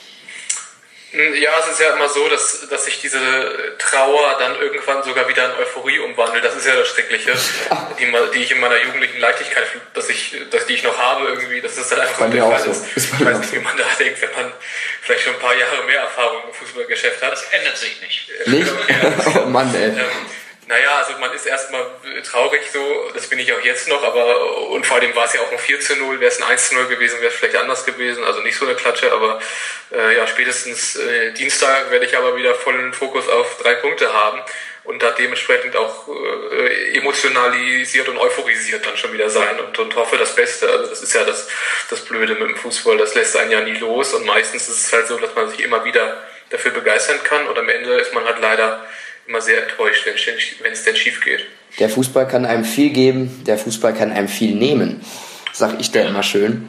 Ja, es ist ja immer so, dass, dass sich diese Trauer dann irgendwann sogar wieder in Euphorie umwandelt. Das ist ja das Schreckliche, die, die ich in meiner jugendlichen Leichtigkeit, dass ich, dass die ich noch habe irgendwie, dass das dann einfach so der Fall ist. ist. Ich weiß nicht, wie man da denkt, wenn man vielleicht schon ein paar Jahre mehr Erfahrung im Fußballgeschäft hat. Das ändert sich nicht. Nicht? Oh Mann, ey. Ähm, Naja, also man ist erstmal traurig so, das bin ich auch jetzt noch, aber und vor allem war es ja auch ein vier zu null, wäre es ein eins zu null gewesen, wäre es vielleicht anders gewesen, also nicht so eine Klatsche, aber äh, ja, spätestens äh, Dienstag werde ich aber wieder vollen Fokus auf drei Punkte haben und da dementsprechend auch äh, emotionalisiert und euphorisiert dann schon wieder sein und, und hoffe das Beste. Also das ist ja das, das Blöde mit dem Fußball, das lässt einen ja nie los und meistens ist es halt so, dass man sich immer wieder dafür begeistern kann und am Ende ist man halt leider immer sehr enttäuscht, wenn es denn schief geht. Der Fußball kann einem viel geben, der Fußball kann einem viel nehmen, sag ich da immer schön.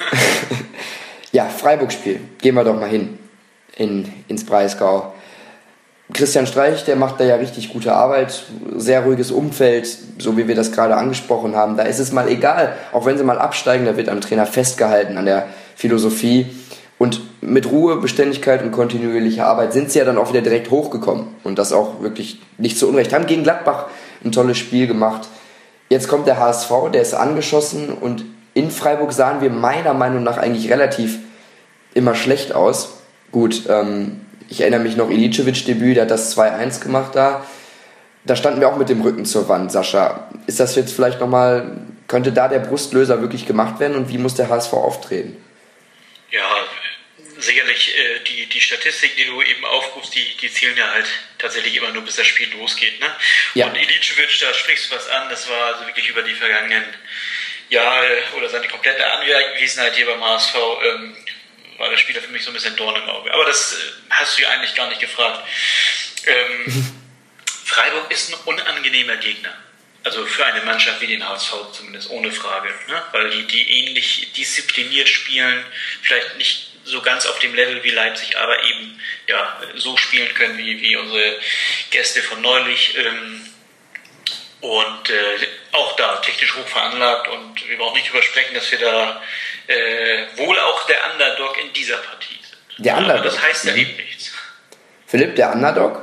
Ja, Freiburg-Spiel, gehen wir doch mal hin in, ins Breisgau. Christian Streich, der macht da ja richtig gute Arbeit, sehr ruhiges Umfeld, so wie wir das gerade angesprochen haben. Da ist es mal egal, auch wenn sie mal absteigen, da wird am Trainer festgehalten an der Philosophie. Und mit Ruhe, Beständigkeit und kontinuierlicher Arbeit sind sie ja dann auch wieder direkt hochgekommen. Und das auch wirklich nicht zu Unrecht. Haben gegen Gladbach ein tolles Spiel gemacht. Jetzt kommt der H S V, der ist angeschossen. Und in Freiburg sahen wir meiner Meinung nach eigentlich relativ immer schlecht aus. Gut, ähm, ich erinnere mich noch, Ilicevic-Debüt, der hat das zwei eins gemacht da. Da standen wir auch mit dem Rücken zur Wand, Sascha. Ist das jetzt vielleicht nochmal, könnte da der Brustlöser wirklich gemacht werden? Und wie muss der H S V auftreten? Ja, sicherlich äh, die, die Statistiken, die du eben aufrufst, die, die zählen ja halt tatsächlich immer nur, bis das Spiel losgeht. Ne? Ja. Und Ilicevic, da sprichst du was an, das war also wirklich über die vergangenen Jahre oder seine komplette Anwesenheit hier beim H S V, ähm, war der Spieler für mich so ein bisschen Dorn im Auge. Aber das äh, hast du ja eigentlich gar nicht gefragt. Ähm, Freiburg ist ein unangenehmer Gegner. Also für eine Mannschaft wie den H S V zumindest, ohne Frage. Ne? Weil die, die ähnlich diszipliniert spielen, vielleicht nicht so ganz auf dem Level wie Leipzig, aber eben ja so spielen können wie, wie unsere Gäste von neulich. Ähm, und äh, auch da technisch hoch veranlagt. Und wir brauchen nicht drüber sprechen, dass wir da äh, wohl auch der Underdog in dieser Partie sind. Der Underdog? Aber das heißt ja mhm. eben nichts. Philipp, der Underdog?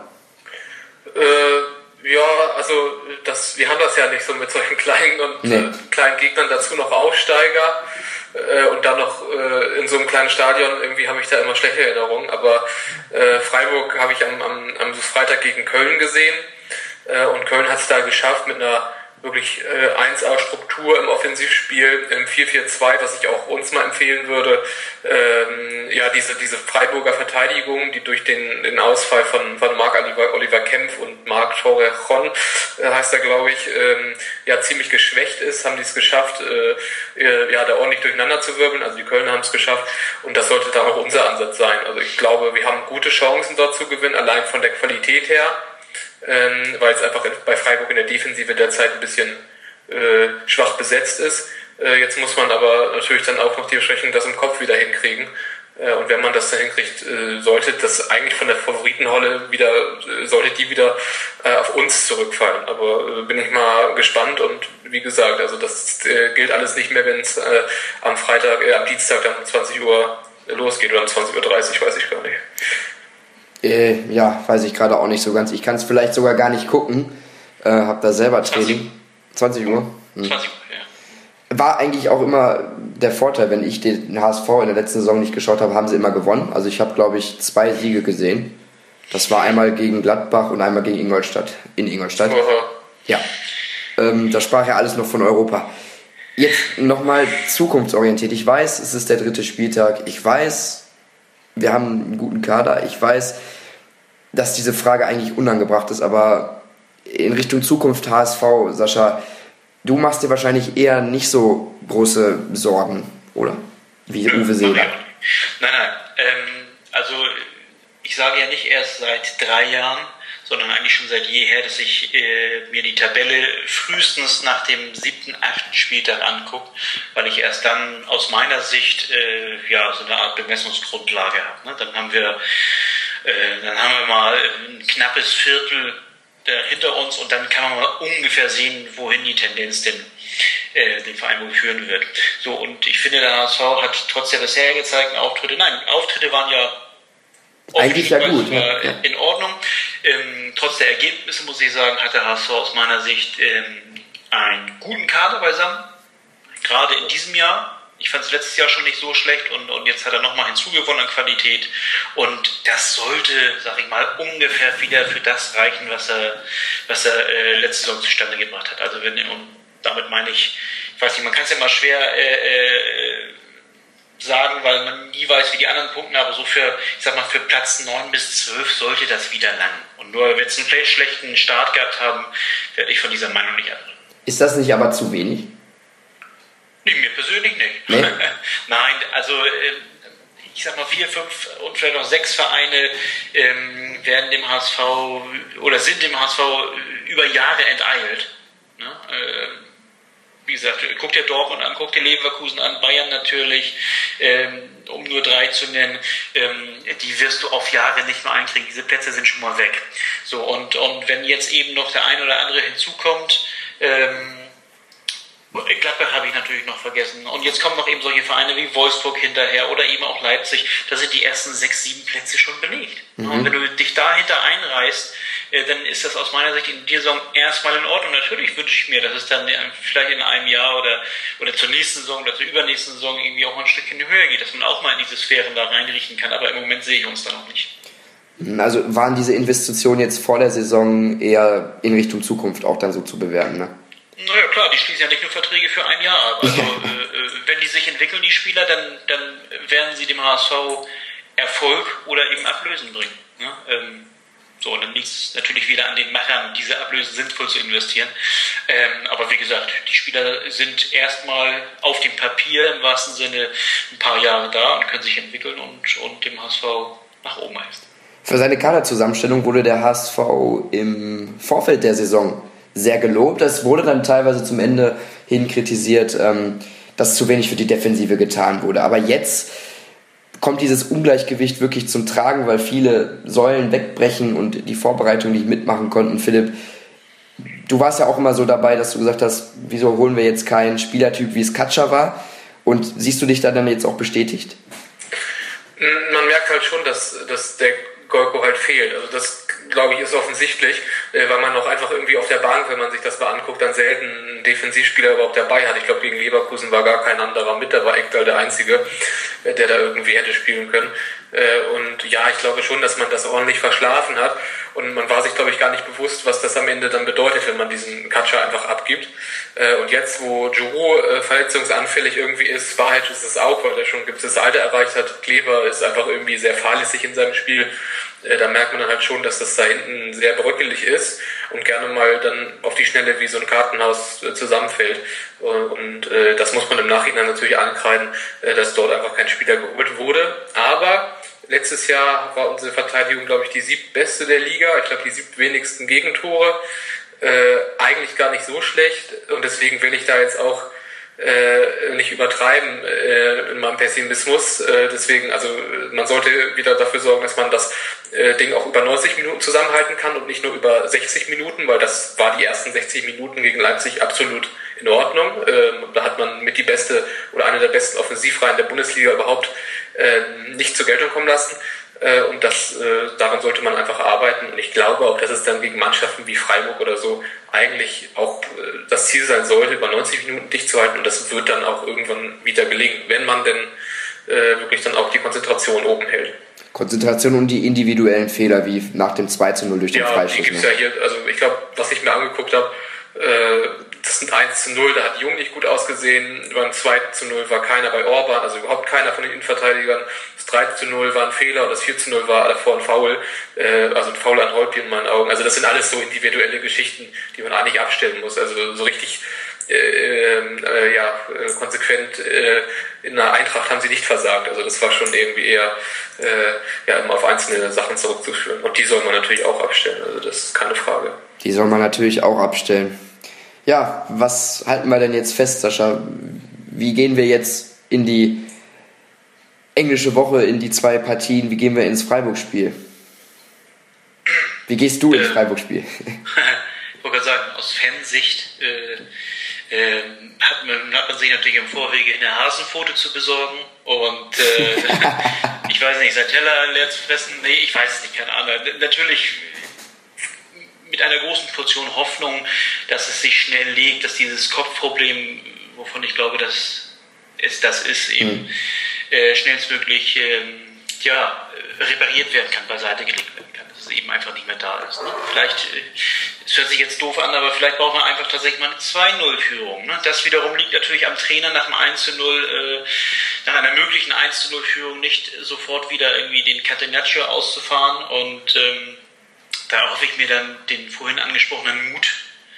Äh, ja, also das, wir haben das ja nicht so mit solchen kleinen und nee. äh, kleinen Gegnern, dazu noch Aufsteiger äh, und dann noch äh, in so einem kleinen Stadion, irgendwie habe ich da immer schlechte Erinnerungen, aber äh, Freiburg habe ich am, am, am Freitag gegen Köln gesehen äh, und Köln hat es da geschafft mit einer wirklich äh, eins A-Struktur im Offensivspiel, im vier vier zwei, was ich auch uns mal empfehlen würde. Ähm, ja, diese diese Freiburger Verteidigung, die durch den den Ausfall von von Marc Oliver, Oliver Kempf und Marc Torrejon, äh, heißt er, glaube ich, ähm, ja ziemlich geschwächt ist, haben die es geschafft, äh, äh, ja da ordentlich durcheinander zu wirbeln. Also die Kölner haben es geschafft und das sollte dann auch unser Ansatz sein. Also ich glaube, wir haben gute Chancen dort zu gewinnen, allein von der Qualität her. Ähm, weil es einfach bei Freiburg in der Defensive derzeit ein bisschen äh, schwach besetzt ist. Äh, jetzt muss man aber natürlich dann auch noch dementsprechend das im Kopf wieder hinkriegen. Äh, und wenn man das dann hinkriegt, äh, sollte das eigentlich von der Favoritenrolle wieder, äh, sollte die wieder äh, auf uns zurückfallen. Aber äh, bin ich mal gespannt und wie gesagt, also das äh, gilt alles nicht mehr, wenn es äh, am Freitag, äh, am Dienstag dann um zwanzig Uhr losgeht oder um zwanzig Uhr dreißig, weiß ich gar nicht. Äh, ja, weiß ich gerade auch nicht so ganz. Ich kann es vielleicht sogar gar nicht gucken. Äh, hab da selber Training. zwanzig Uhr? Hm. zwanzig Uhr, ja. War eigentlich auch immer der Vorteil, wenn ich den H S V in der letzten Saison nicht geschaut habe, haben sie immer gewonnen. Also ich habe, glaube ich, zwei Siege gesehen. Das war einmal gegen Gladbach und einmal gegen Ingolstadt. In Ingolstadt. Aha. Ja. Ähm, da sprach ja alles noch von Europa. Jetzt nochmal zukunftsorientiert. Ich weiß, es ist der dritte Spieltag. Ich weiß, wir haben einen guten Kader. Ich weiß, dass diese Frage eigentlich unangebracht ist, aber in Richtung Zukunft H S V, Sascha, du machst dir wahrscheinlich eher nicht so große Sorgen, oder? Wie Nö, Uwe Seeler. Nein, nein. Ähm, also ich sage ja nicht erst seit drei Jahren, sondern eigentlich schon seit jeher, dass ich äh, mir die Tabelle frühestens nach dem siebten, achten Spieltag angucke, weil ich erst dann aus meiner Sicht äh, ja so eine Art Bemessungsgrundlage habe. Ne? Dann haben wir äh, dann haben wir mal ein knappes Viertel äh, hinter uns und dann kann man mal ungefähr sehen, wohin die Tendenz denn äh, den Verein wohl führen wird. So, und ich finde, der H S V hat trotz der bisher gezeigten Auftritte, nein, Auftritte waren ja eigentlich ja gut, ja. in Ordnung. Ähm, trotz der Ergebnisse, muss ich sagen, hat der H S V aus meiner Sicht ähm, einen guten Kader beisammen. Gerade in diesem Jahr. Ich fand es letztes Jahr schon nicht so schlecht und, und jetzt hat er nochmal hinzugewonnen an Qualität. Und das sollte, sag ich mal, ungefähr wieder für das reichen, was er, was er äh, letzte Saison zustande gebracht hat. Also wenn, und damit meine ich, ich weiß nicht, man kann es ja immer schwer äh, äh, sagen, weil man nie weiß, wie die anderen punkten, aber so für, ich sag mal, für Platz neun bis zwölf sollte das wieder lang. Und nur wenn wir jetzt einen vielleicht schlechten Start gehabt haben, werde ich von dieser Meinung nicht abrücken. Ist das nicht aber zu wenig? Nee, mir persönlich nicht. Nee? Nein, also ich sag mal vier, fünf und vielleicht noch sechs Vereine ähm, werden dem H S V oder sind dem H S V über Jahre enteilt. Ne? Ähm, wie gesagt, guck dir Dortmund an, guck dir Leverkusen an, Bayern natürlich, ähm, um nur drei zu nennen, ähm, die wirst du auf Jahre nicht mehr einkriegen. Diese Plätze sind schon mal weg. So, und, und wenn jetzt eben noch der ein oder andere hinzukommt, ähm, Gladbach habe ich natürlich noch vergessen. Und jetzt kommen noch eben solche Vereine wie Wolfsburg hinterher oder eben auch Leipzig. Da sind die ersten sechs, sieben Plätze schon belegt. Mhm. Und wenn du dich dahinter einreißt, äh, dann ist das aus meiner Sicht in dieser Saison erstmal in Ordnung. Natürlich wünsche ich mir, dass es dann vielleicht in einem Jahr oder, oder zur nächsten Saison oder zur übernächsten Saison irgendwie auch mal ein Stückchen höher geht, dass man auch mal in diese Sphären da reinriechen kann. Aber im Moment sehe ich uns da noch nicht. Also waren diese Investitionen jetzt vor der Saison eher in Richtung Zukunft auch dann so zu bewerten, ne? Naja klar, die schließen ja nicht nur Verträge für ein Jahr ab. Also äh, wenn die sich entwickeln, die Spieler, dann, dann werden sie dem H S V Erfolg oder eben Ablösen bringen. Ne? Ähm, so, und dann liegt es natürlich wieder an den Machern, diese Ablösen sinnvoll zu investieren. Ähm, aber wie gesagt, die Spieler sind erstmal auf dem Papier im wahrsten Sinne ein paar Jahre da und können sich entwickeln und, und dem H S V nach oben helfen. Für seine Kaderzusammenstellung wurde der H S V im Vorfeld der Saison sehr gelobt. Es wurde dann teilweise zum Ende hin kritisiert, ähm, dass zu wenig für die Defensive getan wurde. Aber jetzt kommt dieses Ungleichgewicht wirklich zum Tragen, weil viele Säulen wegbrechen und die Vorbereitung nicht mitmachen konnten. Philipp, du warst ja auch immer so dabei, dass du gesagt hast, wieso holen wir jetzt keinen Spielertyp, wie es Katscher war? Und siehst du dich da dann jetzt auch bestätigt? Man merkt halt schon, dass, dass der Golko halt fehlt. Also das, glaube ich, ist offensichtlich, weil man auch einfach irgendwie auf der Bank, wenn man sich das mal anguckt, dann selten einen Defensivspieler überhaupt dabei hat. Ich glaube, gegen Leverkusen war gar kein anderer mit, da war Ekdal der Einzige, der da irgendwie hätte spielen können. Und ja, ich glaube schon, dass man das ordentlich verschlafen hat und man war sich, glaube ich, gar nicht bewusst, was das am Ende dann bedeutet, wenn man diesen Katscher einfach abgibt. Und jetzt, wo Giroud verletzungsanfällig irgendwie ist, Wahrheit ist es auch, weil er schon ein gewisses Alter erreicht hat. Kleber ist einfach irgendwie sehr fahrlässig in seinem Spiel. Da merkt man dann halt schon, dass das da hinten sehr bröckelig ist und gerne mal dann auf die Schnelle wie so ein Kartenhaus zusammenfällt. Und das muss man im Nachhinein natürlich ankreiden, dass dort einfach kein Spieler geholt wurde. Aber letztes Jahr war unsere Verteidigung, glaube ich, die siebtbeste der Liga. Ich glaube, die siebtwenigsten Gegentore. Äh, eigentlich gar nicht so schlecht. Und deswegen will ich da jetzt auch äh, nicht übertreiben äh, in meinem Pessimismus. Äh, deswegen, also man sollte wieder dafür sorgen, dass man das äh, Ding auch über neunzig Minuten zusammenhalten kann und nicht nur über sechzig Minuten, weil das war die ersten sechzig Minuten gegen Leipzig absolut in Ordnung. Äh, da hat man mit die beste oder eine der besten Offensivreihen der Bundesliga überhaupt äh, nicht zur Geltung kommen lassen. Äh, und das, äh, daran sollte man einfach arbeiten. Und ich glaube auch, dass es dann gegen Mannschaften wie Freiburg oder so eigentlich auch äh, das Ziel sein sollte, über neunzig Minuten dicht zu halten. Und das wird dann auch irgendwann wieder gelingen, wenn man denn äh, wirklich dann auch die Konzentration oben hält. Konzentration und die individuellen Fehler, wie nach dem zwei zu null durch den ja, Freistoß. Die gibt's ja hier, also ich glaube, was ich mir angeguckt habe, äh, das sind eins zu null, da hat Jung nicht gut ausgesehen, beim zwei zu null war keiner bei Orban, also überhaupt keiner von den Innenverteidigern, das drei zu null war ein Fehler und das vier zu null war davor ein Foul, äh, also ein Foul an Holtby in meinen Augen, also das sind alles so individuelle Geschichten, die man eigentlich abstellen muss, also so richtig äh, äh, ja, konsequent äh, in der Eintracht haben sie nicht versagt, also das war schon irgendwie eher äh, ja, immer auf einzelne Sachen zurückzuführen und die soll man natürlich auch abstellen, also das ist keine Frage. Die soll man natürlich auch abstellen. Ja, was halten wir denn jetzt fest, Sascha? Wie gehen wir jetzt in die englische Woche, in die zwei Partien? Wie gehen wir ins Freiburg-Spiel? Wie gehst du ins äh, Freiburg-Spiel? Ich wollte gerade sagen, aus Fansicht äh, äh, hat, man, hat man sich natürlich im Vorwege eine Hasenpfote zu besorgen und äh, ich weiß nicht, sein Teller leer zu fressen, nee, ich weiß es nicht, keine Ahnung. Natürlich mit einer großen Portion Hoffnung, dass es sich schnell legt, dass dieses Kopfproblem, wovon ich glaube, dass es das ist, eben mhm. äh, schnellstmöglich äh, ja, repariert werden kann, beiseite gelegt werden kann, dass es eben einfach nicht mehr da ist. Ne? Vielleicht, es äh, hört sich jetzt doof an, aber vielleicht braucht man einfach tatsächlich mal eine zwei null Führung. Ne? Das wiederum liegt natürlich am Trainer nach einem eins zu null, äh, nach einer möglichen eins zu null Führung nicht sofort wieder irgendwie den Catenaccio auszufahren und ähm, da hoffe ich mir dann den vorhin angesprochenen Mut,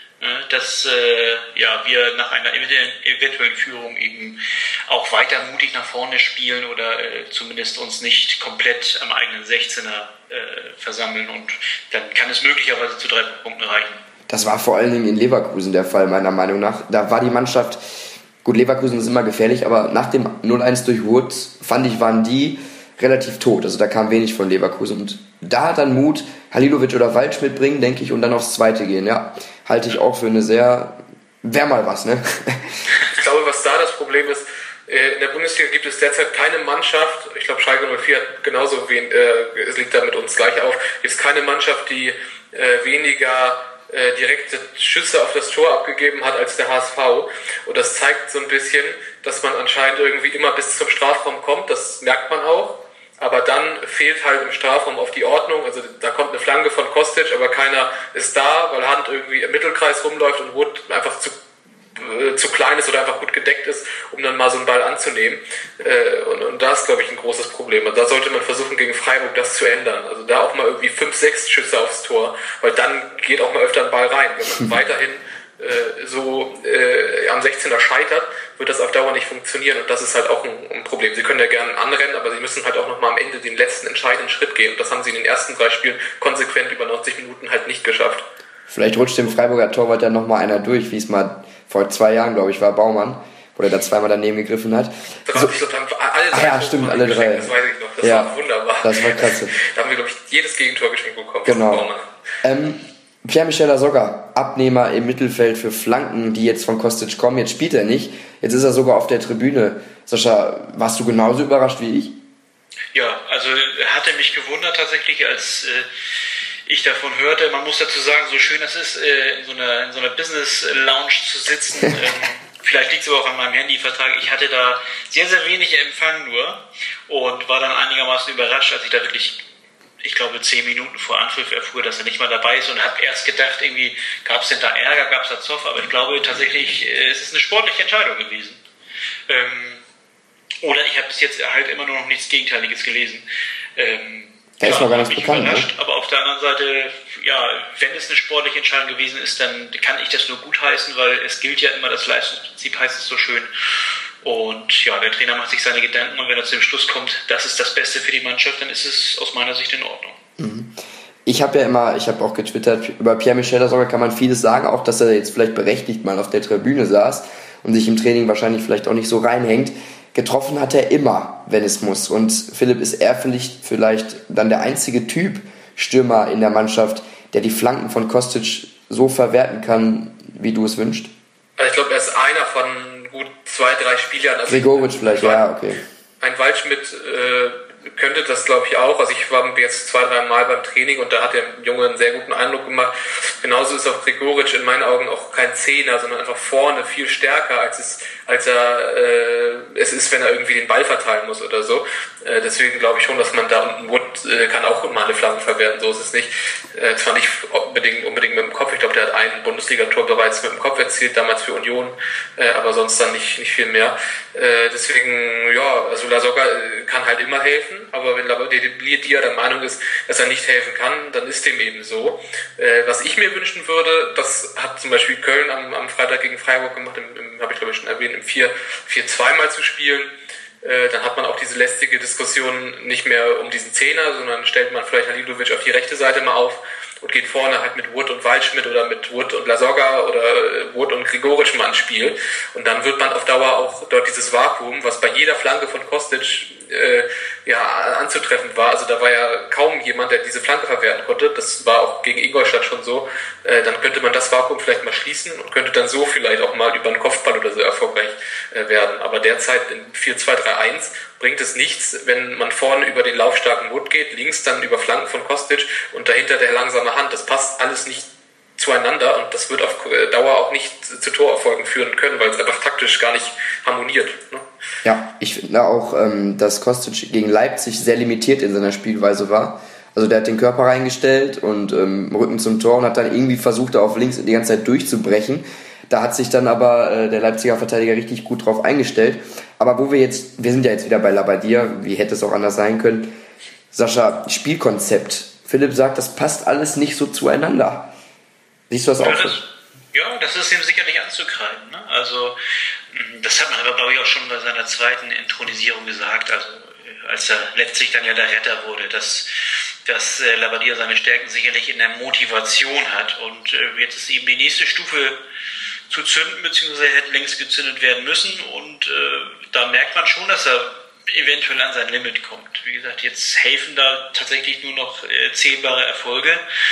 dass äh, ja, wir nach einer eventuellen Führung eben auch weiter mutig nach vorne spielen oder äh, zumindest uns nicht komplett am eigenen sechzehner äh, versammeln und dann kann es möglicherweise zu drei Punkten reichen. Das war vor allen Dingen in Leverkusen der Fall, meiner Meinung nach. Da war die Mannschaft, gut, Leverkusen ist immer gefährlich, aber nach dem null eins durch Wood, fand ich, waren die relativ tot. Also da kam wenig von Leverkusen und da hat dann Mut, Halilovic oder Waldschmidt bringen, denke ich, und dann aufs Zweite gehen. Ja, halte ich auch für eine sehr, wäre mal was, ne? Ich glaube, was da das Problem ist, in der Bundesliga gibt es derzeit keine Mannschaft, ich glaube Schalke null vier hat genauso, wen, äh, es liegt da mit uns gleich auf, gibt es keine Mannschaft, die äh, weniger äh, direkte Schüsse auf das Tor abgegeben hat als der H S V. Und das zeigt so ein bisschen, dass man anscheinend irgendwie immer bis zum Strafraum kommt, das merkt man auch. Aber dann fehlt halt im Strafraum auf die Ordnung, also da kommt eine Flanke von Kostic, aber keiner ist da, weil Hand irgendwie im Mittelkreis rumläuft und Wood einfach zu, äh, zu klein ist oder einfach gut gedeckt ist, um dann mal so einen Ball anzunehmen. Äh, und, und da ist, glaube ich, ein großes Problem. Und da sollte man versuchen, gegen Freiburg das zu ändern. Also da auch mal irgendwie fünf, sechs Schüsse aufs Tor, weil dann geht auch mal öfter ein Ball rein. Wenn man weiterhin äh, so äh, am sechzehner scheitert, wird das auf Dauer nicht funktionieren und das ist halt auch ein, ein Problem. Sie können ja gerne anrennen, aber sie müssen halt auch nochmal am Ende den letzten entscheidenden Schritt gehen und das haben sie in den ersten drei Spielen konsequent über neunzig Minuten halt nicht geschafft. Vielleicht rutscht dem Freiburger Torwart ja nochmal einer durch, wie es mal vor zwei Jahren, glaube ich, war, Baumann, wo er da zweimal daneben gegriffen hat. Das so, ich glaube, da haben alle drei ah, ja, stimmt, alle drei. Das weiß ich noch, das ja, war wunderbar. Das war klasse. Da haben wir, glaube ich, jedes Gegentor geschenkt bekommen. Genau. Ähm, Pierre-Michel Lasogga, Abnehmer im Mittelfeld für Flanken, die jetzt von Kostic kommen. Jetzt spielt er nicht. Jetzt ist er sogar auf der Tribüne. Sascha, warst du genauso überrascht wie ich? Ja, also hatte mich gewundert tatsächlich, als äh, ich davon hörte. Man muss dazu sagen, so schön es ist, äh, in so einer, in so einer Business-Lounge zu sitzen. ähm, vielleicht liegt es aber auch an meinem Handyvertrag. Ich hatte da sehr, sehr wenig Empfang nur und war dann einigermaßen überrascht, als ich da wirklich, ich glaube, zehn Minuten vor Anpfiff erfuhr, dass er nicht mal dabei ist und habe erst gedacht, irgendwie gab es denn da Ärger, gab es da Zoff, aber ich glaube tatsächlich, es ist eine sportliche Entscheidung gewesen. Ähm, oder ich habe bis jetzt halt immer nur noch nichts Gegenteiliges gelesen. Ähm, der ja, ist noch gar nicht bekannt, überrascht, ne? Aber auf der anderen Seite, ja, wenn es eine sportliche Entscheidung gewesen ist, dann kann ich das nur gutheißen, weil es gilt ja immer das Leistungsprinzip, heißt es so schön. Und ja, der Trainer macht sich seine Gedanken und wenn er zu dem Schluss kommt, das ist das Beste für die Mannschaft, dann ist es aus meiner Sicht in Ordnung. Mhm. Ich habe ja immer, ich habe auch getwittert, über Pierre-Michel Lasogga kann man vieles sagen, auch dass er jetzt vielleicht berechtigt mal auf der Tribüne saß und sich im Training wahrscheinlich vielleicht auch nicht so reinhängt. Getroffen hat er immer, wenn es muss. Und Philipp, ist er vielleicht, vielleicht dann der einzige Typ Stürmer in der Mannschaft, der die Flanken von Kostic so verwerten kann, wie du es wünschst? Also ich glaube, er ist einer von gut zwei, drei Spielern. Also Gregoritsch vielleicht, ja, okay. Ein Waldschmidt, äh, könnte das, glaube ich, auch. Also ich war jetzt zwei, drei Mal beim Training und da hat der Junge einen sehr guten Eindruck gemacht. Genauso ist auch Gregoritsch in meinen Augen auch kein Zehner, sondern einfach vorne viel stärker, als es, als er äh, es ist, wenn er irgendwie den Ball verteilen muss oder so. Äh, deswegen glaube ich schon, dass man da unten Wood äh, kann auch mal eine Flanke verwerten, so ist es nicht. Äh, zwar nicht unbedingt, unbedingt mit dem Kopf, ich glaube, der hat ein Bundesligator bereits mit dem Kopf erzielt, damals für Union, äh, aber sonst dann nicht, nicht viel mehr. Äh, deswegen, ja, also Lasogga kann halt immer helfen, aber wenn Labbadia der Meinung ist, dass er nicht helfen kann, dann ist dem eben so. Äh, was ich mir wünschen würde, das hat zum Beispiel Köln am, am Freitag gegen Freiburg gemacht, im, im, habe ich glaube ich schon erwähnt, im vier vier zwei mal zu spielen. Äh, dann hat man auch diese lästige Diskussion nicht mehr um diesen Zehner, sondern stellt man vielleicht Halilovic auf die rechte Seite mal auf und geht vorne halt mit Wood und Waldschmidt oder mit Wood und Lasogga oder Wood und Gregoritsch mal ins Spiel. Und dann wird man auf Dauer auch dort dieses Vakuum, was bei jeder Flanke von Kostic äh, ja, anzutreffen war. Also da war ja kaum jemand, der diese Flanke verwerten konnte. Das war auch gegen Ingolstadt schon so. Äh, dann könnte man das Vakuum vielleicht mal schließen und könnte dann so vielleicht auch mal über einen Kopfball oder so erfolgreich äh, werden. Aber derzeit in vier zwei drei eins bringt es nichts, wenn man vorne über den laufstarken Wood geht, links dann über Flanken von Kostic und dahinter der langsame Hand. Das passt alles nicht zueinander und das wird auf Dauer auch nicht zu Torerfolgen führen können, weil es einfach taktisch gar nicht harmoniert. Ne? Ja, ich finde auch, ähm, dass Kostic gegen Leipzig sehr limitiert in seiner Spielweise war. Also der hat den Körper reingestellt und ähm, Rücken zum Tor und hat dann irgendwie versucht, da auf links die ganze Zeit durchzubrechen. Da hat sich dann aber äh, der Leipziger Verteidiger richtig gut drauf eingestellt. Aber wo wir jetzt, wir sind ja jetzt wieder bei Labbadia, wie hätte es auch anders sein können. Sascha, Spielkonzept. Philipp sagt, das passt alles nicht so zueinander. Siehst du das ja, auch so? Das, ja, das ist ihm sicherlich anzukreiden. Ne? Also, das hat man aber, glaube ich, auch schon bei seiner zweiten Intronisierung gesagt, also als er letztlich dann ja der Retter wurde, dass, dass äh, Labbadia seine Stärken sicherlich in der Motivation hat. Und äh, jetzt ist eben die nächste Stufe zu zünden, beziehungsweise hätte längst gezündet werden müssen. Und äh, da merkt man schon, dass er eventuell an sein Limit kommt. Wie gesagt, jetzt helfen da tatsächlich nur noch äh, zählbare Erfolge.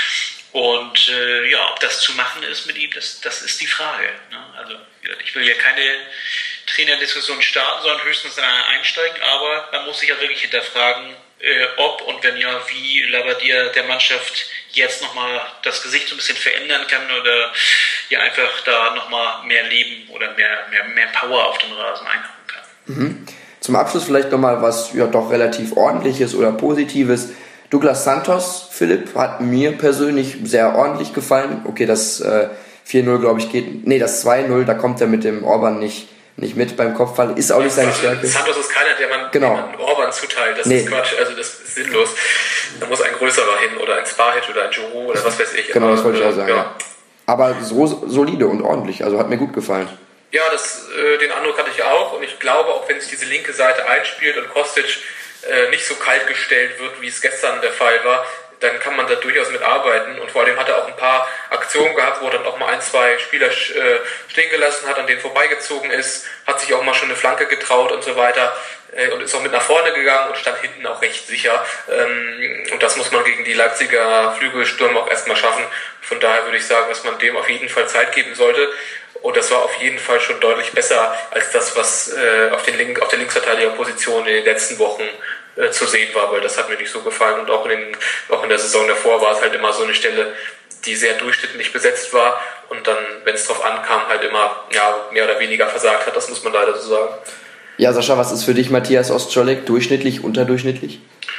Und äh, ja, ob das zu machen ist mit ihm, das, das ist die Frage. Ne? Also wie gesagt, ich will hier keine Trainerdiskussion starten, sondern höchstens in einer einsteigen, aber man muss sich ja wirklich hinterfragen, äh, ob und wenn ja, wie Labbadia der Mannschaft jetzt nochmal das Gesicht so ein bisschen verändern kann oder ja einfach da nochmal mehr Leben oder mehr, mehr, mehr Power auf dem Rasen einhauen kann. Mhm. Zum Abschluss vielleicht nochmal was ja doch relativ Ordentliches oder Positives. Douglas Santos, Philipp, hat mir persönlich sehr ordentlich gefallen. Okay, das äh, vier null, glaube ich, geht... Nee, das zwei null, da kommt er mit dem Orban nicht, nicht mit beim Kopfball. Ist auch nicht seine Stärke. Santos ist keiner, der man, genau. man Orban zuteilt. Das nee. ist Quatsch, also das ist sinnlos. Da muss ein größerer hin oder ein Sparhit oder ein Giroud oder was weiß ich. Genau, aber, das wollte ich auch sagen, ja. ja. Aber so solide und ordentlich, also hat mir gut gefallen. Ja, das, äh, den Eindruck hatte ich auch und ich glaube, auch wenn sich diese linke Seite einspielt und Kostic äh, nicht so kalt gestellt wird, wie es gestern der Fall war, dann kann man da durchaus mit arbeiten und vor allem hat er auch ein paar Aktionen gehabt, wo er dann auch mal ein, zwei Spieler äh, stehen gelassen hat, an denen vorbeigezogen ist, hat sich auch mal schon eine Flanke getraut und so weiter äh, und ist auch mit nach vorne gegangen und stand hinten auch recht sicher ähm, und das muss man gegen die Leipziger Flügelsturm auch erstmal schaffen. Von daher würde ich sagen, dass man dem auf jeden Fall Zeit geben sollte. Und das war auf jeden Fall schon deutlich besser als das, was äh, auf, den Link, auf der Linksverteidigerposition in den letzten Wochen äh, zu sehen war, weil das hat mir nicht so gefallen. Und auch in, den, auch in der Saison davor war es halt immer so eine Stelle, die sehr durchschnittlich besetzt war und dann, wenn es drauf ankam, halt immer ja, mehr oder weniger versagt hat. Das muss man leider so sagen. Ja, Sascha, was ist für dich Matthias Ostscholek? Durchschnittlich, unterdurchschnittlich?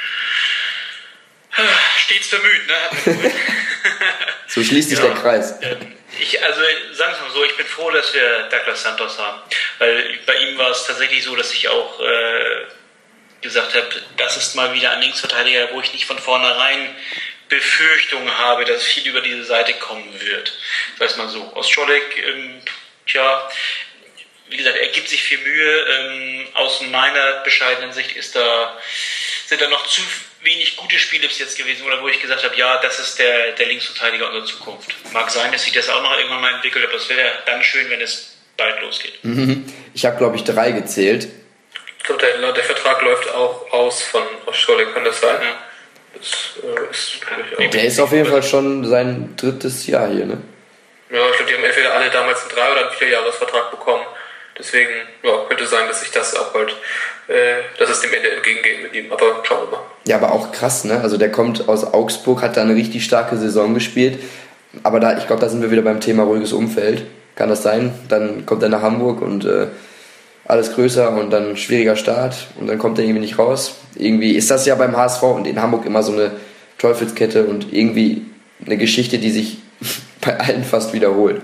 Stets bemüht, ne? So schließt sich ja, der Kreis. Ich, also sagen wir mal so, ich bin froh, dass wir Douglas Santos haben, weil bei ihm war es tatsächlich so, dass ich auch äh, gesagt habe, das ist mal wieder ein Linksverteidiger, wo ich nicht von vornherein Befürchtungen habe, dass viel über diese Seite kommen wird. Weiß man so. Ostscholek, ähm, tja, wie gesagt, er gibt sich viel Mühe. Ähm, aus meiner bescheidenen Sicht ist da, sind da noch zu wenig gute Spiele bis jetzt gewesen, oder wo ich gesagt habe, ja, das ist der, der Linksverteidiger unserer Zukunft. Mag sein, dass sich das auch noch irgendwann mal entwickelt, aber es wäre dann schön, wenn es bald losgeht. Ich habe, glaube ich, drei gezählt. Ich glaube, der, der Vertrag läuft auch aus von Ostscholek, kann das sein? Ja. Das, äh, ist, ja, der ist auf jeden Fall schon sein drittes Jahr hier, ne? Ja, ich glaube, die haben entweder alle damals einen Drei- oder einen Vierjahresvertrag bekommen. Deswegen ja, könnte sein, dass sich das auch bald, äh, dass es dem Ende entgegengeht mit ihm. Aber schauen wir mal. Ja, aber auch krass, ne? Also der kommt aus Augsburg, hat da eine richtig starke Saison gespielt. Aber da, ich glaube, da sind wir wieder beim Thema ruhiges Umfeld. Kann das sein? Dann kommt er nach Hamburg und äh, alles größer und dann schwieriger Start und dann kommt er irgendwie nicht raus. Irgendwie ist das ja beim H S V und in Hamburg immer so eine Teufelskette und irgendwie eine Geschichte, die sich bei allen fast wiederholt.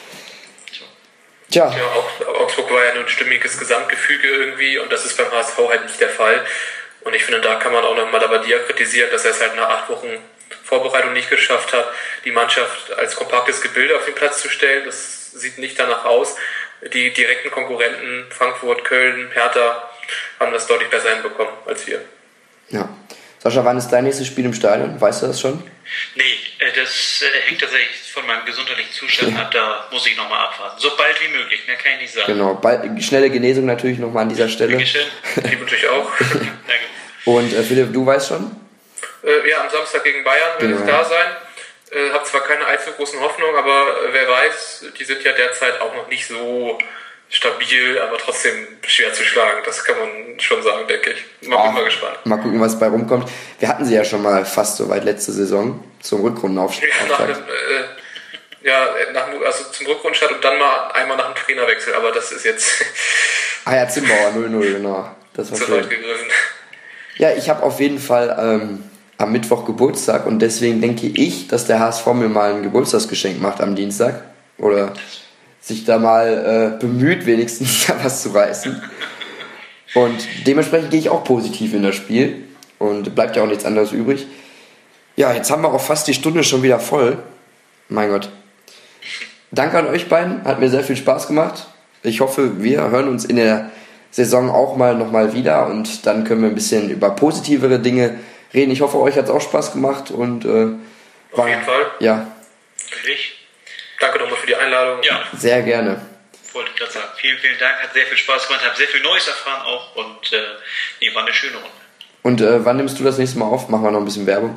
Tja. Ja, auch Augsburg war ja nur ein stimmiges Gesamtgefüge irgendwie und das ist beim H S V halt nicht der Fall. Und ich finde, da kann man auch nochmal Labadia kritisieren, dass er es halt nach acht Wochen Vorbereitung nicht geschafft hat, die Mannschaft als kompaktes Gebilde auf den Platz zu stellen. Das sieht nicht danach aus. Die direkten Konkurrenten, Frankfurt, Köln, Hertha, haben das deutlich besser hinbekommen als wir. Ja. Sascha, wann ist dein nächstes Spiel im Stadion? Weißt du das schon? Nee, das hängt tatsächlich von meinem gesundheitlichen Zustand ab. Da muss ich nochmal abwarten. So bald wie möglich, mehr kann ich nicht sagen. Genau, bald, schnelle Genesung natürlich nochmal an dieser Stelle. Dankeschön. Die wünsche ich auch. Danke. Und äh, Philipp, du weißt schon? Äh, ja, am Samstag gegen Bayern wird Genau. es da sein. Äh, hab zwar keine allzu großen Hoffnungen, aber äh, wer weiß, die sind ja derzeit auch noch nicht so stabil, aber trotzdem schwer zu schlagen. Das kann man schon sagen, denke ich. Mal, Ah, bin mal gespannt. Mal gucken, was bei rumkommt. Wir hatten sie ja schon mal fast so weit letzte Saison zum Rückrundenaufstieg. Ja, nach einem, äh, ja nach, also zum Rückrundenstart und dann mal einmal nach dem Trainerwechsel, aber das ist jetzt Ah ja, Zimbauer null null, genau. Das war zu schön. weit gegriffen. Ja, ich habe auf jeden Fall ähm, am Mittwoch Geburtstag und deswegen denke ich, dass der H S V mir mal ein Geburtstagsgeschenk macht am Dienstag. Oder sich da mal äh, bemüht, wenigstens da was zu reißen. Und dementsprechend gehe ich auch positiv in das Spiel. Und bleibt ja auch nichts anderes übrig. Ja, jetzt haben wir auch fast die Stunde schon wieder voll. Mein Gott. Danke an euch beiden. Hat mir sehr viel Spaß gemacht. Ich hoffe, wir hören uns in der Saison auch mal nochmal wieder. Und dann können wir ein bisschen über positivere Dinge reden. Ich hoffe, euch hat es auch Spaß gemacht. Und, äh, Auf war, jeden Fall. Ja, Natürlich. Danke nochmal für die Einladung. Ja, sehr gerne. wollte ich gerade sagen. Vielen, vielen Dank. Hat sehr viel Spaß gemacht. Habe sehr viel Neues erfahren auch. Und äh, nee, war eine schöne Runde. Und äh, wann nimmst du das nächste Mal auf? Machen wir noch ein bisschen Werbung.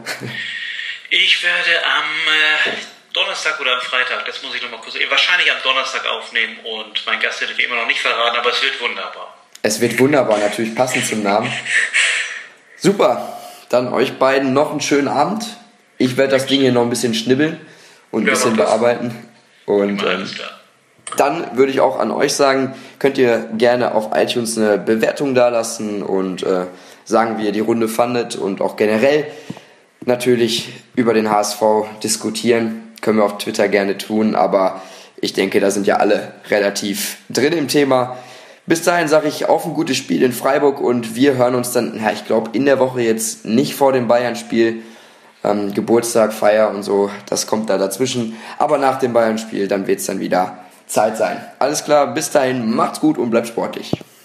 Ich werde am äh, Donnerstag oder am Freitag, das muss ich noch mal kurz, wahrscheinlich am Donnerstag aufnehmen und mein Gast hätte wie immer noch nicht verraten, aber es wird wunderbar. Es wird wunderbar, natürlich passend zum Namen. Super, dann euch beiden noch einen schönen Abend. Ich werde das Ding hier noch ein bisschen schnibbeln und ein Ja, bisschen mach das. bearbeiten. Und ähm, Alles klar. dann würde ich auch an euch sagen, könnt ihr gerne auf iTunes eine Bewertung dalassen und äh, sagen, wie ihr die Runde fandet und auch generell natürlich über den H S V diskutieren. Können wir auf Twitter gerne tun, aber ich denke, da sind ja alle relativ drin im Thema. Bis dahin sage ich auf ein gutes Spiel in Freiburg und wir hören uns dann, ja, ich glaube, in der Woche jetzt nicht vor dem Bayern-Spiel. Ähm, Geburtstag, Feier und so, das kommt da dazwischen. Aber nach dem Bayern-Spiel, dann wird es dann wieder Zeit sein. Alles klar, bis dahin, macht's gut und bleibt sportlich.